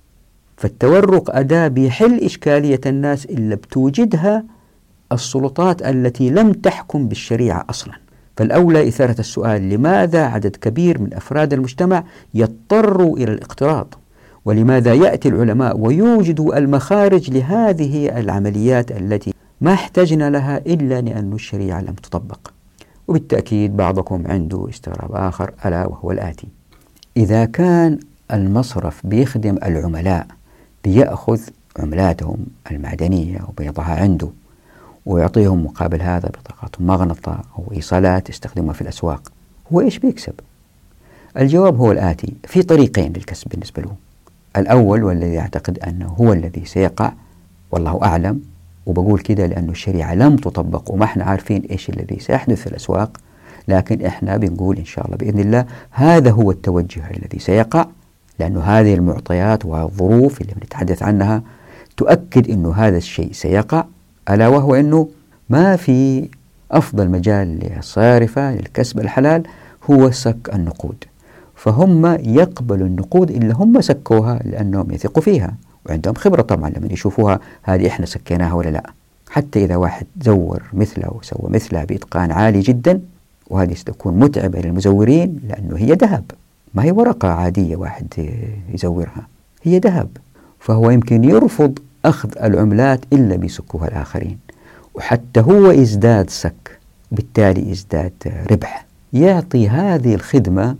فالتورق أداة بيحل إشكالية الناس إلا بتوجدها السلطات التي لم تحكم بالشريعة أصلا. فالأولى إثارة السؤال: لماذا عدد كبير من أفراد المجتمع يضطروا إلى الاقتراض؟ ولماذا يأتي العلماء ويوجدوا المخارج لهذه العمليات التي ما احتجنا لها إلا لأن الشريعة لم تطبق. وبالتأكيد بعضكم عنده استغراب آخر ألا وهو الآتي: إذا كان المصرف بيخدم العملاء، بيأخذ عملاتهم المعدنية وبيضعها عنده ويعطيهم مقابل هذا بطاقات مغناطة أو إيصالات يستخدمها في الأسواق، هو إيش بيكسب؟ الجواب هو الآتي: في طريقين للكسب بالنسبة له. الأول والذي يعتقد أنه هو الذي سيقع، والله أعلم، وبقول كده لأن الشريعة لم تطبق وما احنا عارفين إيش الذي سيحدث في الأسواق، لكن احنا بنقول إن شاء الله بإذن الله هذا هو التوجه الذي سيقع، لأن هذه المعطيات والظروف اللي بنتحدث عنها تؤكد أنه هذا الشيء سيقع، ألا وهو أنه ما في أفضل مجال للصارفة للكسب الحلال هو سك النقود. فهم يقبلوا النقود اللي هم سكوها لأنهم يثقوا فيها وعندهم خبرة طبعا لما يشوفوها هذه إحنا سكيناها ولا لا. حتى إذا واحد زور مثله وسوى مثلها بإتقان عالي جدا، وهذه ستكون متعبة للمزورين لأنه هي ذهب، ما هي ورقة عادية واحد يزورها، هي ذهب، فهو يمكن يرفض أخذ العملات إلا بيسكوها الآخرين، وحتى هو يزداد سك وبالتالي يزداد ربح. يعطي هذه الخدمة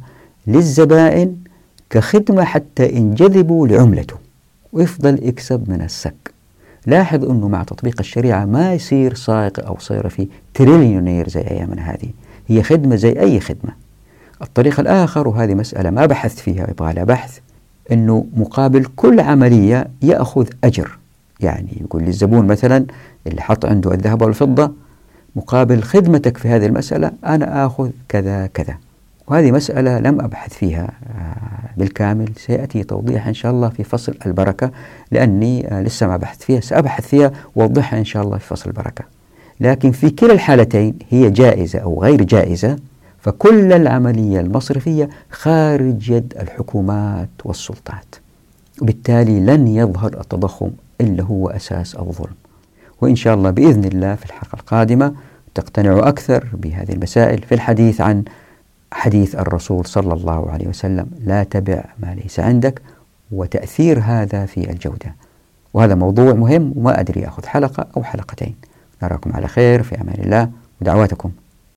للزبائن كخدمة حتى ينجذبوا لعملته ويفضل يكسب من السك. لاحظ أنه مع تطبيق الشريعة ما يصير سائق أو صيرفي تريليونير زي أيامنا هذه، هي خدمة زي أي خدمة. الطريق الآخر، وهذه مسألة ما بحثت فيها يبغى لها بحث، أنه مقابل كل عملية يأخذ أجر. يعني يقول للزبون مثلا اللي حط عنده الذهب والفضة: مقابل خدمتك في هذه المسألة أنا آخذ كذا كذا. وهذه مسألة لم أبحث فيها بالكامل، سيأتي توضيح إن شاء الله في فصل البركة، لأني لسه ما بحثت فيها، سأبحث فيها وأوضحها إن شاء الله في فصل البركة. لكن في كلا الحالتين هي جائزة أو غير جائزة، فكل العملية المصرفية خارج يد الحكومات والسلطات، وبالتالي لن يظهر التضخم إلا هو أساس الظلم. وإن شاء الله بإذن الله في الحلقة القادمة تقتنعوا أكثر بهذه المسائل في الحديث عن حديث الرسول صلى الله عليه وسلم: لا تبع ما ليس عندك، وتأثير هذا في الجودة. وهذا موضوع مهم وما أدري أخذ حلقة أو حلقتين. نراكم على خير، في أمان الله ودعواتكم.